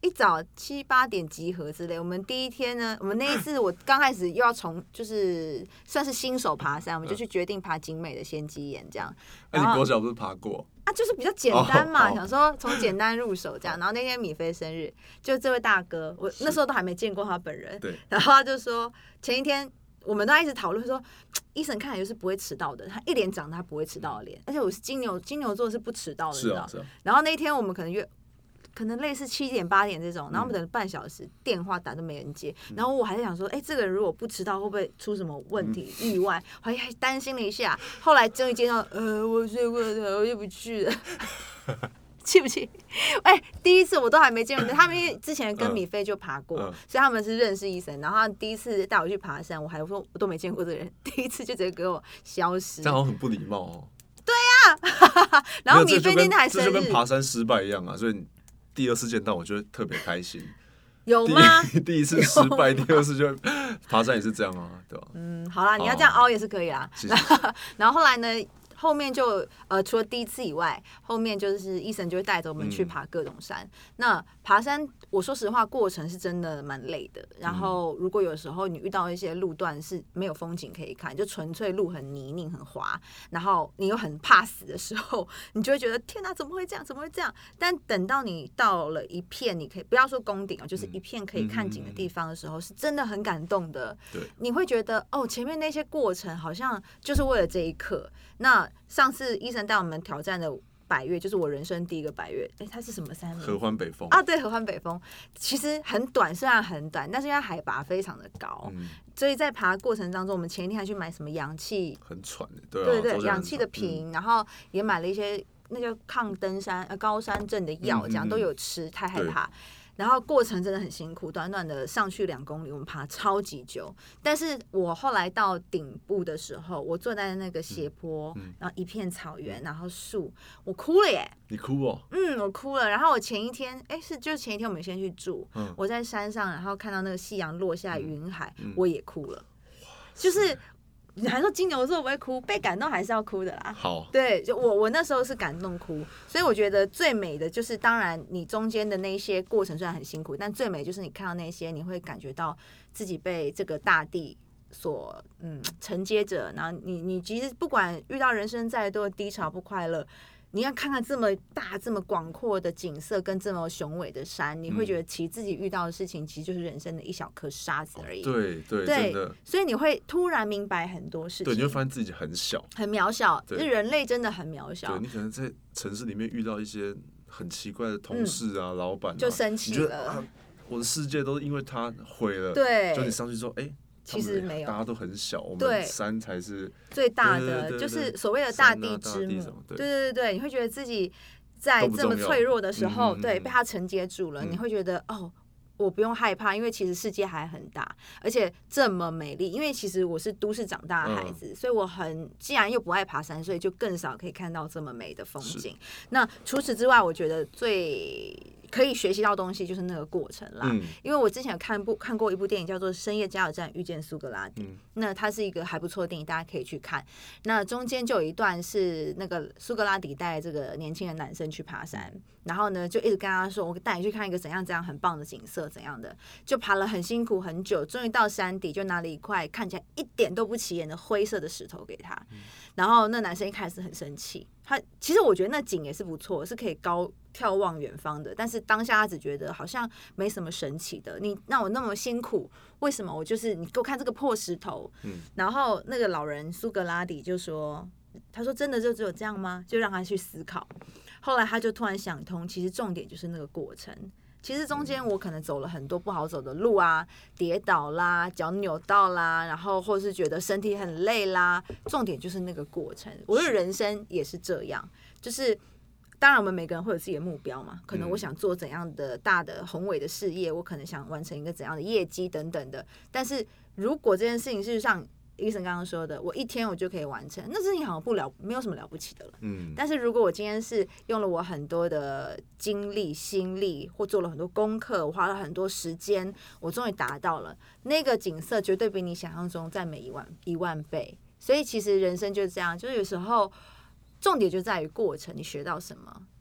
一早7、8点集合之类。我们第一天呢，我们那一次我刚开始又要就是算是新手爬山，我们就去决定爬景美的仙鸡岩这样。 你国小不是爬过？ 啊，就是比较简单嘛，想说从简单入手这样。然后那天米菲生日，就这位大哥，我那时候都还没见过他本人，然后他就说前一天我们都一直讨论说，医生看起来就是不会迟到的，他一脸长得他不会迟到的脸，而且我是金牛座是不迟到的，你知道？然后那一天我们可能类似7点8点这种，然后我们等了半小时，电话打都没人接，然后我还在想说，这个人如果不迟到会不会出什么问题、意外？我还担心了一下，后来终于接到，我睡过了，我就不去了。气不气？第一次我都还没见过他们，因为之前跟米菲就爬过，所以他们是认识医生。然后他第一次带我去爬山，我还说我都没见过这个人，第一次就直接给我消失， 这样好像很不礼貌哦。 对啊，然后米菲那天还生日， 这就跟爬山失败一样啊，所以第2次见到我就会特别开心。 有吗？ 第一次失败，第2次就爬山也是这样啊，对吧？ 好啦，你要这样凹也是可以啦。 谢谢。 然后后来呢？后面就除了第一次以外，后面就是医生就会带着我们去爬各种山。那爬山，我说实话，过程是真的蛮累的。然后如果有时候你遇到一些路段是没有风景可以看，就纯粹路很泥泞很滑，然后你又很怕死的时候，你就会觉得天哪，怎么会这样？怎么会这样？但等到你到了一片你可以不要说宫顶就是一片可以看景的地方的时候，是真的很感动的。 对， 你会觉得前面那些过程好像就是为了这一刻。那上次医生带我们挑战的百岳，就是我人生第一个百岳。它是什么山？ 合欢北峰啊，对，合欢北峰。其实很短，虽然很短，但是因为海拔非常的高，所以在爬过程当中，我们前一天还去买什么氧气， 很喘的，对， 氧气的瓶，然后也买了一些那叫抗高山症的药，这样都有吃，太害怕。然后过程真的很辛苦，短短的上去2公里，我们爬超级久。但是我后来到顶部的时候，我坐在那个斜坡，然后一片草原，然后树，我哭了耶！ 你哭哦？ 我哭了。然后我前一天，就是前一天我们先去住，我在山上，然后看到那个夕阳落下云海，我也哭了，就是。你还说金牛座不会哭，被感动还是要哭的啦。 好， 对，就我那时候是感动哭，所以我觉得最美的就是，当然你中间的那些过程虽然很辛苦，但最美就是你看到那些，你会感觉到自己被这个大地所承接着，然后你其实不管遇到人生再多的低潮不快乐。你要看看这么大、这么广阔的景色跟这么雄伟的山，你会觉得其实自己遇到的事情其实就是人生的一小颗沙子而已。 对，真的。 所以你会突然明白很多事情。 对，你会发现自己很小， 很渺小。人类真的很渺小。 对，你可能在城市里面遇到一些很奇怪的同事啊、老板就生气了。 我的世界都是因为他毁了。 对。 就你上去说， 其实没有， 大家都很小，我们山才是最大的，就是所谓的大地之母。对，你会觉得自己在这么脆弱的时候，对，被他承接住了，你会觉得我不用害怕，因为其实世界还很大，而且这么美丽。因为其实我是都市长大的孩子，所以我既然又不爱爬山，所以就更少可以看到这么美的风景。那除此之外，我觉得最可以学习到东西就是那个过程啦。因为我之前有看过一部电影叫做《深夜加油站遇见苏格拉底》，那它是一个还不错的电影，大家可以去看。那中间就有一段是那个苏格拉底带这个年轻的男生去爬山，然后呢就一直跟他说，我带你去看一个怎样很棒的景色怎样的，就爬了很辛苦很久，终于到山底，就拿了一块看起来一点都不起眼的灰色的石头给他。然后那男生一开始很生气，其实我觉得那景也是不错，是可以高眺望远方的，但是当下他只觉得好像没什么神奇的。你让我那么辛苦，为什么我就是你给我看这个破石头？然后那个老人苏格拉底就说，他说真的就只有这样吗？就让他去思考。后来他就突然想通，其实重点就是那个过程。其实中间我可能走了很多不好走的路啊，跌倒啦，脚扭到啦，然后或是觉得身体很累啦，重点就是那个过程。我的人生也是这样，就是当然我们每个人会有自己的目标嘛，可能我想做怎样的大的宏伟的事业，我可能想完成一个怎样的业绩等等的。但是如果这件事情是像医生刚刚说的，我一天我就可以完成，那事情好像没有什么了不起的了。但是如果我今天是用了我很多的精力、心力，或做了很多功课，我花了很多时间，我终于达到了那个景色，绝对比你想象中再美1万倍。所以其实人生就是这样，就是有时候重点就在于过程，你学到什么。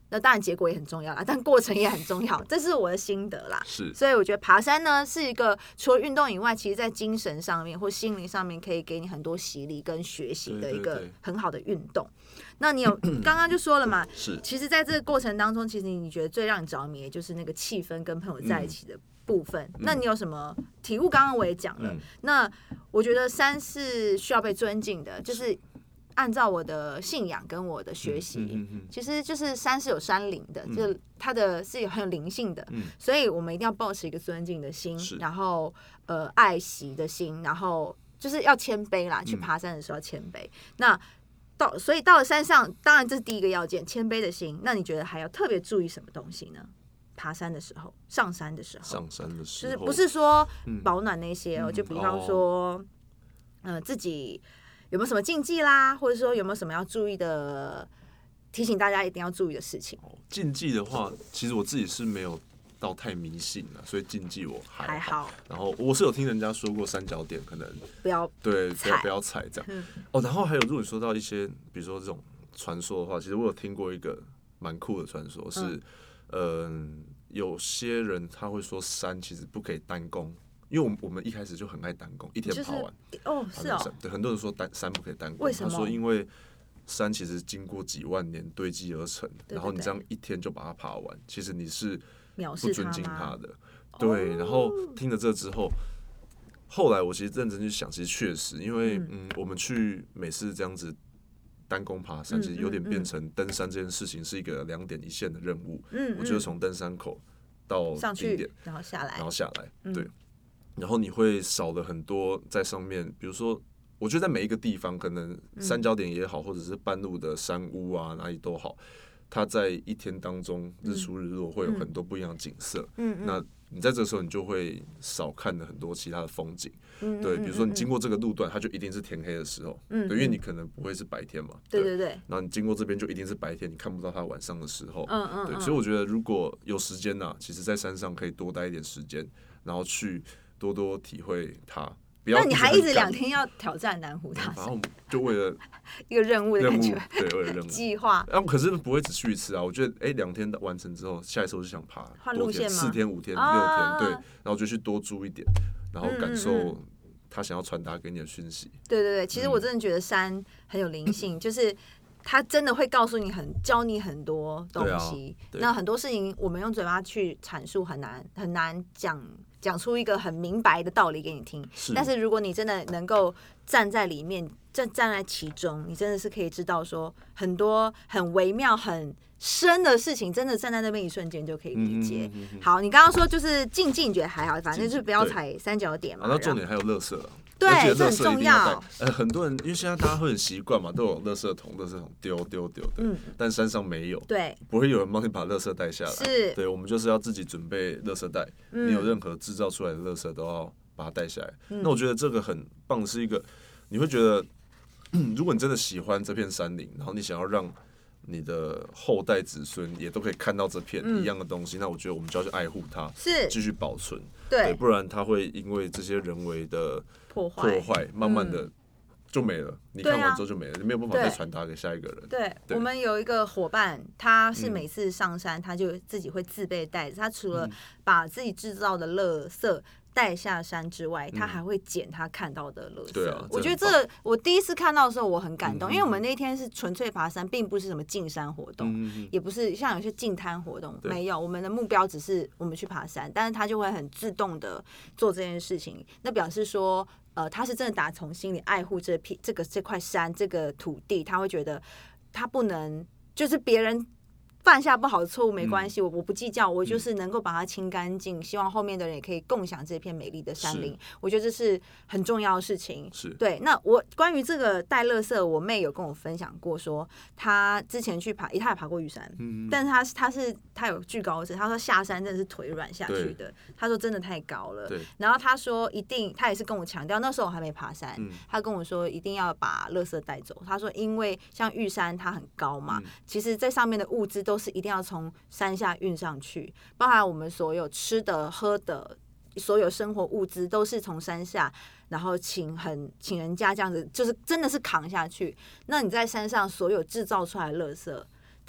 那当然结果也很重要啦，但过程也很重要，这是我的心得啦。 是， 所以我觉得爬山呢是一个除了运动以外，其实在精神上面或心灵上面可以给你很多洗礼跟学习的一个很好的运动。那你有刚刚就说了嘛， 是， 其实在这个过程当中，其实你觉得最让你着迷的就是那个气氛跟朋友在一起的部分。那你有什么体悟？刚刚我也讲了，那我觉得山是需要被尊敬的，就是按照我的信仰跟我的学习，其实就是山是有山灵的，就它的是很有灵性的，所以我们一定要抱持一个尊敬的心，然后爱惜的心，然后就是要谦卑啦，去爬山的时候要谦卑。那所以到了山上，当然这是第一个要件，谦卑的心。那你觉得还要特别注意什么东西呢？爬山的时候，上山的时候，就是不是说保暖那些就比方说，自己有没有什么禁忌啦，或者说有没有什么要注意的，提醒大家一定要注意的事情。 禁忌的话，其实我自己是没有到太迷信了，所以禁忌我还好。然后我是有听人家说过三角点可能不要踩这样。然后还有如果你说到一些比如说这种传说的话，其实我有听过一个蛮酷的传说是，有些人他会说山其实不可以单攻。因为我们一开始就很爱单攻，一天跑完。 是哦。 对，很多人说山不可以单攻， 为什么？ 他说因为山其实经过几万年堆积而成，然后你这样一天就把它爬完，其实你是不尊敬它的。对，然后听了这之后，后来我其实认真去想，其实确实，因为我们去每次这样子单攻爬山，其实有点变成登山这件事情是一个2点1线的任务。我觉得从登山口到顶点， 然后下来， 对。然后你会少了很多在上面，比如说，我觉得在每一个地方，可能三角点也好，或者是半路的山屋啊，哪里都好，它在一天当中日出日落会有很多不一样的景色。那你在这个时候，你就会少看了很多其他的风景。对，比如说你经过这个路段，它就一定是天黑的时候。对，因为你可能不会是白天嘛。 对。 然后你经过这边就一定是白天，你看不到它晚上的时候。对，所以我觉得如果有时间呐，其实在山上可以多待一点时间，然后去多多体会它。 那你还一直2天要挑战南湖大山， 然后就为了一个任务的感觉， 对，为了任务计划。 可是不会只去一次啊！我觉得2天完成之后，下一次我就想爬换路线吗？ 4天、5天、6天，对，然后就去多住一点，然后感受他想要传达给你的讯息。 对，其实我真的觉得山很有灵性，就是他真的会告诉你教你很多东西。那很多事情我们用嘴巴去阐述很难讲出一个很明白的道理给你听，但是如果你真的能够站在里面，站在其中，你真的是可以知道说很多很微妙、很深的事情，真的站在那边一瞬间就可以理解。好，你刚刚说就是禁忌，你觉得还好，反正就是不要踩三角点嘛。 那重点还有垃圾了。 对，这很重要。 很多人因为现在大家会很习惯嘛，都有垃圾桶丢的，但山上没有， 对， 不会有人帮你把垃圾带下来。 是， 对，我们就是要自己准备垃圾袋，你有任何制造出来的垃圾都要把它带下来。那我觉得这个很棒，是一个你会觉得，如果你真的喜欢这片山林，然后你想要让你的后代子孙也都可以看到这片一样的东西，那我觉得我们就要去爱护它， 是继续保存， 对， 不然它会因为这些人为的破坏，慢慢的就没了。你看完之后就没了，你没有办法再传达给下一个人。 对，我们有一个伙伴，他是每次上山，他就自己会自备袋子，他除了把自己制造的垃圾带下山之外，他还会捡他看到的垃圾。 对啊， 我觉得这个我第一次看到的时候我很感动，因为我们那天是纯粹爬山，并不是什么进山活动，也不是像有些进滩活动，没有。我们的目标只是我们去爬山，但是他就会很自动的做这件事情，那表示说，他是真的打从心里爱护这块山这个土地，他会觉得他不能就是别人犯下不好的错误没关系，我不计较，我就是能够把它清干净，希望后面的人也可以共享这片美丽的山林。我觉得这是很重要的事情。对。那我关于这个带垃圾，我妹有跟我分享过，说她之前去爬，她也爬过玉山，但是她有惧高症，她说下山真的是腿软下去的，她说真的太高了。然后她说一定，她也是跟我强调，那时候我还没爬山，她跟我说一定要把垃圾带走。她说因为像玉山它很高嘛，其实在上面的物资都是一定要从山下运上去，包含我们所有吃的喝的所有生活物资都是从山下，然后请人家这样子，就是真的是扛下去。那你在山上所有制造出来的垃圾，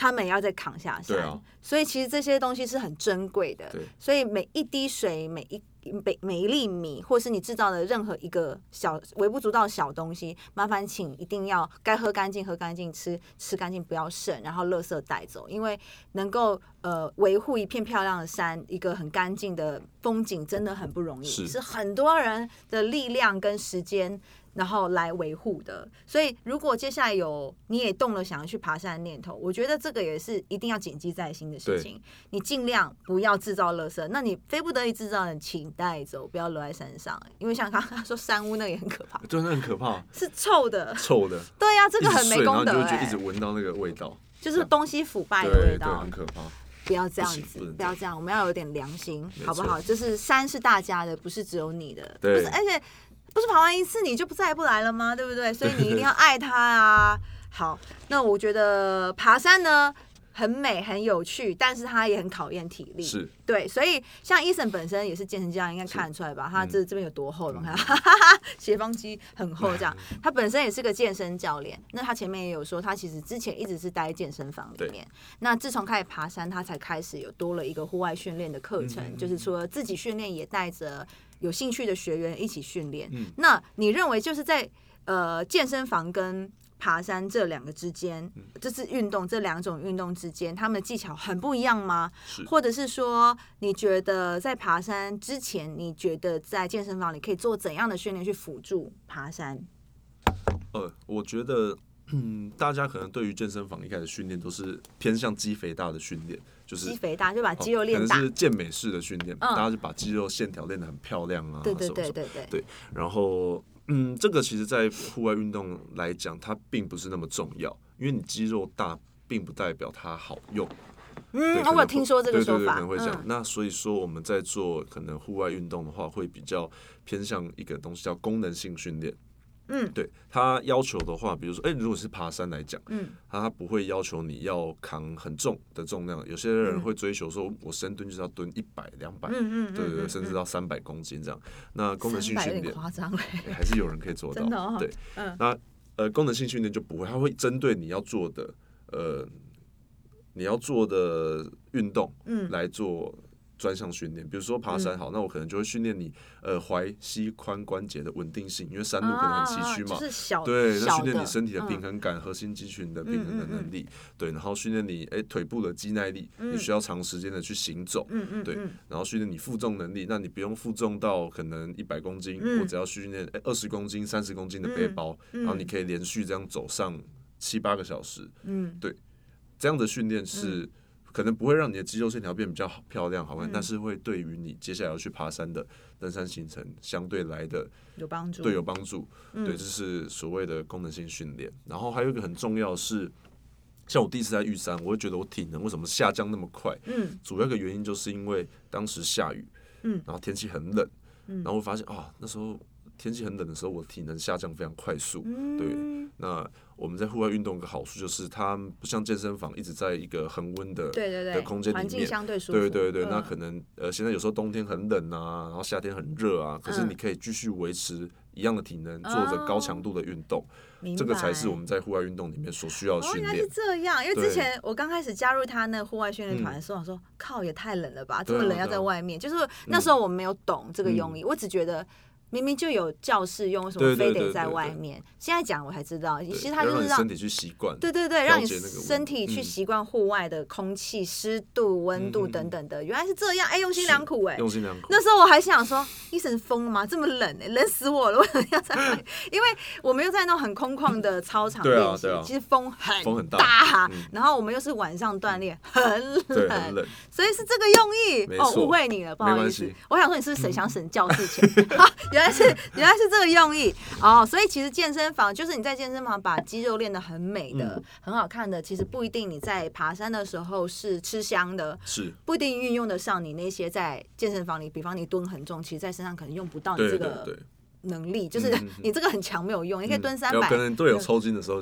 他们也要再扛下山，所以其实这些东西是很珍贵的。所以每一滴水，每一粒米，或是你制造的任何一个微不足道的小东西，麻烦请一定要该喝干净喝干净，吃干净，不要剩，然后垃圾带走，因为能够维护一片漂亮的山，一个很干净的风景，真的很不容易，是很多人的力量跟时间。然后来维护的，所以如果接下来你也动了想要去爬山的念头，我觉得这个也是一定要谨记在心的事情。你尽量不要制造垃圾，那你非不得已制造的，请带走，不要留在山上。因为像刚刚说山屋那个也很可怕， 对，那很可怕， 是臭的，对呀、这个很没功德， 然后你就会一直闻到那个味道， 就是东西腐败的味道， 对，很可怕。 不要这样子，不要这样，我们要有点良心，好不好？就是山是大家的，不是只有你的，不是，而且。不是爬完一次你就再也不来了吗？对不对？所以你一定要爱它啊！好，那我觉得爬山呢很美很有趣，但是它也很考验体力。 是， 对，所以像Eason本身也是健身教练，应该看得出来吧？他这边有多厚？你看，斜方肌很厚，这样。他本身也是个健身教练，那他前面也有说，他其实之前一直是待在健身房里面。那自从开始爬山，他才开始有多了一个户外训练的课程，就是除了自己训练，也带着有兴趣的学员一起训练。那你认为就是在健身房跟爬山这两个之间，这两种运动之间，他们的技巧很不一样吗？或者是说，你觉得在爬山之前，你觉得在健身房里可以做怎样的训练去辅助爬山？ 我觉得，大家可能对于健身房一开始训练都是偏向肌肥大的训练，就是肌肥大就把肌肉练大， 可能是健美式的训练，大家就把肌肉线条练得很漂亮啊，对，然后。这个其实，在户外运动来讲，它并不是那么重要，因为你肌肉大，并不代表它好用。 我有听说这个说法， 可能会这样。那所以说，我们在做可能户外运动的话，会比较偏向一个东西叫功能性训练。对，他要求的话，比如说，如果是爬山来讲，他不会要求你要扛很重的重量，有些人会追求说，我深蹲就是要蹲100、200，对，甚至到300公斤这样。那功能性训练夸张还是有人可以做到，对。那功能性训练就不会，他会针对你要做的运动来做。专项训练，比如说爬山好，那我可能就会训练你踝膝髋关节的稳定性，因为山路可能很崎岖嘛，对，那训练你身体的平衡感、核心肌群的平衡的能力，对，然后训练你腿部的肌耐力，你需要长时间的去行走，对，然后训练你负重能力，那你不用负重到可能100公斤，我只要训练20公斤、30公斤的背包，然后你可以连续这样走上7-8个小时，对，这样的训练是。可能不会让你的肌肉线条变比较漂亮好看，但是会对于你接下来要去爬山的登山行程相对来的有帮助。 对，有帮助。对，这是所谓的功能性训练。然后还有一个很重要的是，像我第一次在玉山，我会觉得我体能为什么下降那么快？主要一个原因就是因为当时下雨，然后天气很冷，然后我发现那时候天气很冷的时候，我体能下降非常快速。对，那我们在户外运动的好处就是，它不像健身房一直在一个恒温的空间里面， 环境相对舒服。 对，那可能现在有时候冬天很冷啊，然后夏天很热啊，可是你可以继续维持一样的体能，做着高强度的运动，这个才是我们在户外运动里面所需要的训练。 原来是这样，因为之前我刚开始加入他那户外训练团的时候，我说靠，也太冷了吧，这么冷要在外面。就是那时候我没有懂这个用意，我只觉得。明明就有教室用，为什么非得在外面？现在讲我才知道，其实它就是让身体去习惯， 对，让你身体去习惯户外的空气、湿度、温度等等的。原来是这样，用心良苦用心良苦。 那时候我还想说，Eason疯了吗？这么冷冷死我了！为什么要在外面？因为我们又在那种很空旷的操场练习，其实风很大，然后我们又是晚上锻炼，很冷，所以是这个用意。误会你了，不好意思。我想说你是不是想省教室钱？原来是这个用意所以其实健身房就是你在健身房把肌肉练得很美的、很好看的，其实不一定你在爬山的时候是吃香的， 是不一定运用得上你那些在健身房里，比方你蹲很重，其实在身上可能用不到你这个能力，就是你这个很强没有用，你可以蹲300， 可能队友抽筋的时候就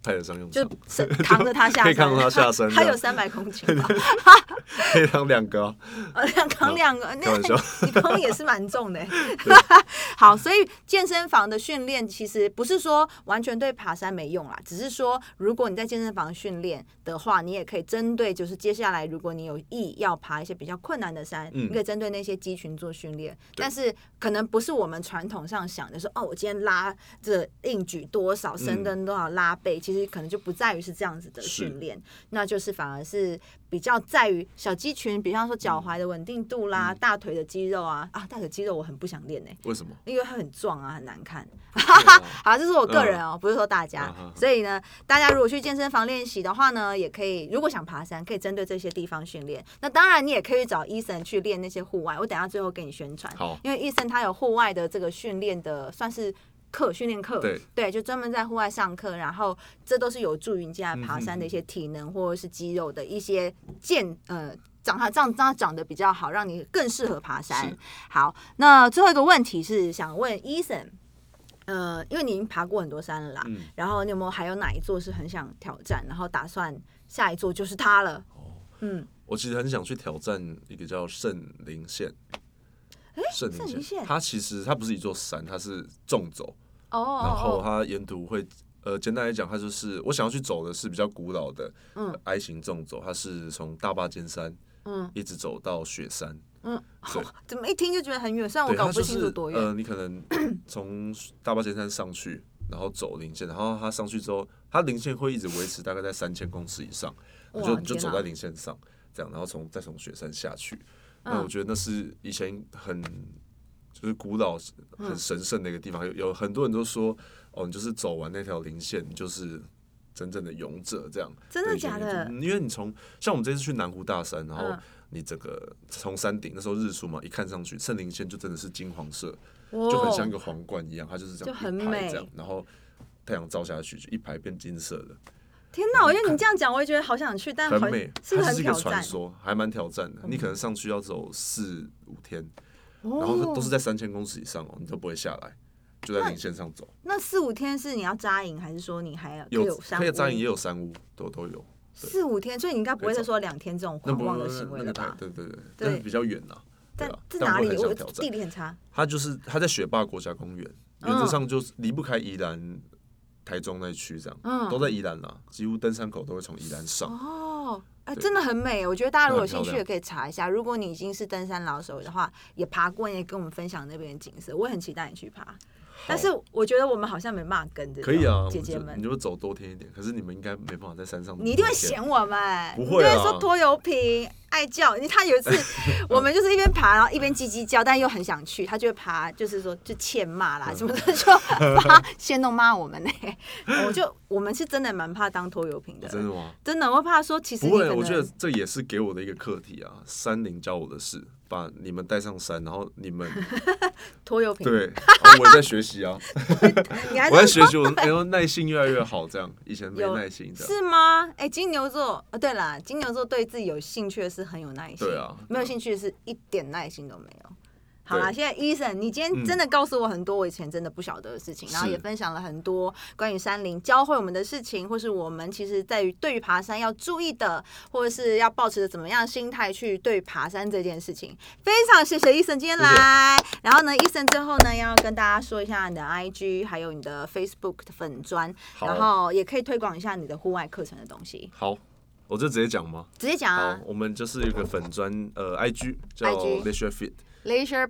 派得上用场， 就扛着他下山， 可以扛着他下山， 他有300公斤吧？ 可以扛2个啊， 扛2个， 开玩笑， 你扛也是蛮重的。好，所以健身房的训练其实不是说完全对爬山没用啦，只是说如果你在健身房训练的话，你也可以针对就是接下来如果你有意要爬一些比较困难的山，你可以针对那些肌群做训练，但是可能不是我们传统上想的说哦，我今天拉这硬举多少，深蹲多少，拉背，其实可能就不在于是这样子的训练，那就是反而是比较在于小肌群，比方说脚踝的稳定度啦，大腿的肌肉啊，大腿肌肉我很不想练为什么？ 因为它很壮啊，很难看。好，这是我个人不是说大家。所以呢，大家如果去健身房练习的话呢，也可以，如果想爬山，可以针对这些地方训练。那当然，你也可以找Eason去练那些户外。我等一下最后给你宣传。 好， 因为Eason他有户外的这个训练的，算是训练课，对，就专门在户外上课，然后这都是有助于你接下来爬山的一些体能或者是肌肉的一些让它长得比较好，让你更适合爬山。好，那最后一个问题是想问Eason，因为你已经爬过很多山了啦，然后你有没有还有哪一座是很想挑战，然后打算下一座就是它了？ 我其实很想去挑战一个叫圣灵线。圣灵线，它其实它不是一座山，它是纵走。然后它沿途会，简单来讲，它就是我想要去走的是比较古老的I型纵走，它是从大霸尖山一直走到雪山。 怎么一听就觉得很远？虽然我搞不清楚多远。 你可能从大霸尖山上去，然后走零线，然后它上去之后，它零线会一直维持大概在3000公尺以上，你就走在零线上，这样，然后再从雪山下去。那我觉得那是以前就是古老很神圣的一个地方，有很多人都说，你就是走完那条零线，你就是真正的勇者，这样。 真的假的？ 因为你像我们这次去南湖大山，然后你整个从山顶那时候日出嘛，一看上去圣灵线就真的是金黄色，就很像一个皇冠一样，它就是这样一排这样，然后太阳照下去就一排变金色的。 天哪！我觉得你这样讲，我也觉得好想去，但很美， 是不是很挑战？ 它是一个传说，还蛮挑战的。你可能上去要走4-5天，然后都是在3000公尺以上你都不会下来，就在零线上走。 那4-5天是你要扎营，还是说你还有山屋？ 可以扎营，也有山屋，都有。 4-5天，所以你应该不会再说2天这种狂妄的行为了吧？ 对，但是比较远呐。 但在哪里？我地理很差。 它在雪霸国家公园，原则上就是离不开宜兰、台中那区，这样都在宜兰啦，几乎登山口都会从宜兰上。 真的很美，我觉得大家如果有兴趣也可以查一下。如果你已经是登山老手的话，也爬过，你也跟我们分享那边的景色，我也很期待你去爬。但是我觉得我们好像没办法跟着。 可以啊， 姐姐们， 你就走多天一点。可是你们应该没办法在山上。 你一定会嫌我们， 不会啊， 你就会说拖油瓶、爱叫。他有一次，我们就是一边爬，然后一边叽叽叫，但又很想去，他就会爬，就是说就欠骂啦什么的，就先弄骂我们呢。我们是真的蛮怕当拖油瓶的。 真的吗？ 真的，我怕说其实不会，我觉得这也是给我的一个课题啊。山林教我的事。把你们带上山，然后你们拖油瓶， 对，然后我也在学习啊， 我在学习，我耐性越来越好，这样以前没耐心的， 是吗？金牛座，对啦，金牛座对自己有兴趣的是很有耐心， 对啊， 没有兴趣的是一点耐心都没有。好啦，现在Eason，你今天真的告诉我很多我以前真的不晓得的事情，然后也分享了很多关于山林教会我们的事情，或是我们其实在于对于爬山要注意的，或者是要抱持着怎么样的心态去对爬山这件事情。非常谢谢Eason今天来，谢谢。然后呢，Eason最后呢要跟大家说一下你的 IG， 还有你的 Facebook 的粉专，然后也可以推广一下你的户外课程的东西。 好。我就直接讲吗？ 直接讲啊！ 好，我们就是有一个粉专，IG 叫 Leisure Fit。Leisure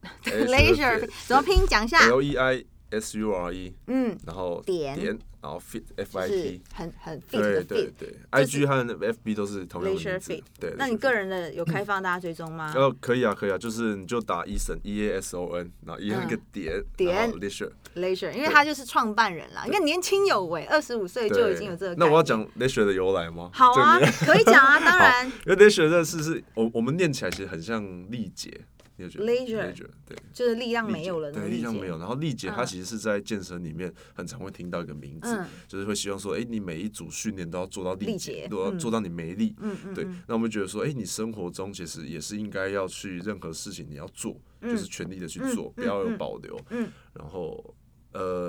Fit 怎么拼？讲一下。 LEISURE， 然后点，然后 Fit FIT， 很 fit 的 fit。 对 ，IG 和 FB 都是同样的名字。对， 那你个人的有开放大家追踪吗？ 可以啊，就是你就打Eason EASON， 然后一个点 Leisure， 因为他就是创办人啦，你看年轻有为，25岁就已经有这个。 那我要讲 Leisure 的由来吗？ 好啊，可以讲啊，当然。 因为 Leisure 这事是我们念起来其实很像力竭。 Leisure 对， 就是力量没有了， 对，力量没有。然后力竭它其实是在健身里面很常会听到一个名字，就是会希望说，你每一组训练都要做到力竭，都要做到你没力。对。那我们觉得说，你生活中其实也是应该要去任何事情你要做，就是全力的去做，不要有保留。然后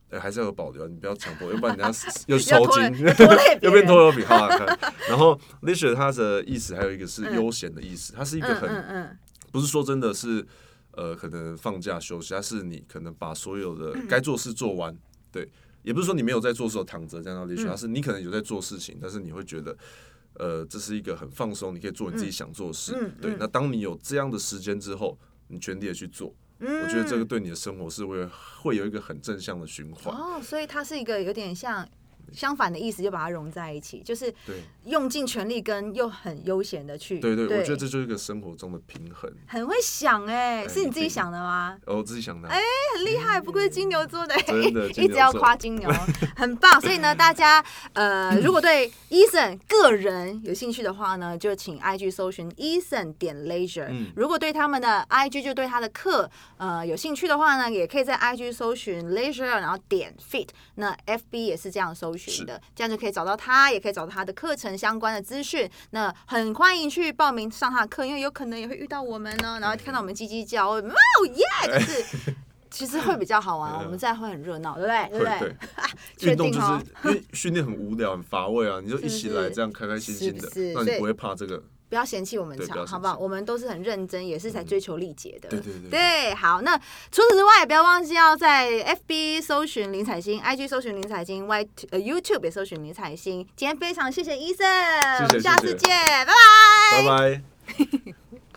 还是要有保留，你不要强迫，要不然人家又抽筋，又变拖油瓶。好看。然后 leisure 它的意思还有一个是悠闲的意思，它是一个很不是说真的是可能放假休息，它是你可能把所有的该做事做完，对，也不是说你没有在做事躺着这样叫 leisure，它是你可能有在做事情，但是你会觉得这是一个很放松，你可以做你自己想做的事，对。那当你有这样的时间之后，你全力的去做。我觉得这个对你的生活是会有一个很正向的循环。 所以它是一个有点像相反的意思，就把它融在一起，就是用尽全力跟又很悠闲的去。 对，我觉得这就是一个生活中的平衡。 很会想是你自己想的吗？ 我自己想的。 很厉害，不愧是金牛座的， 真的一直要夸金牛，很棒。所以呢，大家如果对 Eason 个人有兴趣的话呢，就请 IG 搜寻 Eason.leisure。如果对他们的 IG 就对他的课有兴趣的话呢，也可以在 IG 搜寻 leisure， 然后点 fit。那 FB 也是这样搜寻的，这样就可以找到他，也可以找到他的课程相关的资讯。那很欢迎去报名上他的课，因为有可能也会遇到我们呢，然后看到我们叽叽叫，哦耶，就是其实会比较好玩，我们在会很热闹，对不对？ 对。运动就是因为训练很无聊、很乏味啊，你就一起来这样开开心心的，那你不会怕这个。 不要嫌弃我们吵，好不好？我们都是很认真，也是在追求力竭的。 对， 好。那除此之外，也不要忘记要在 FB 搜寻林采欣 ，IG 搜寻林采欣 ，YouTube 也搜寻林采欣。今天非常谢谢Eason，我们下次见，拜拜。 拜拜。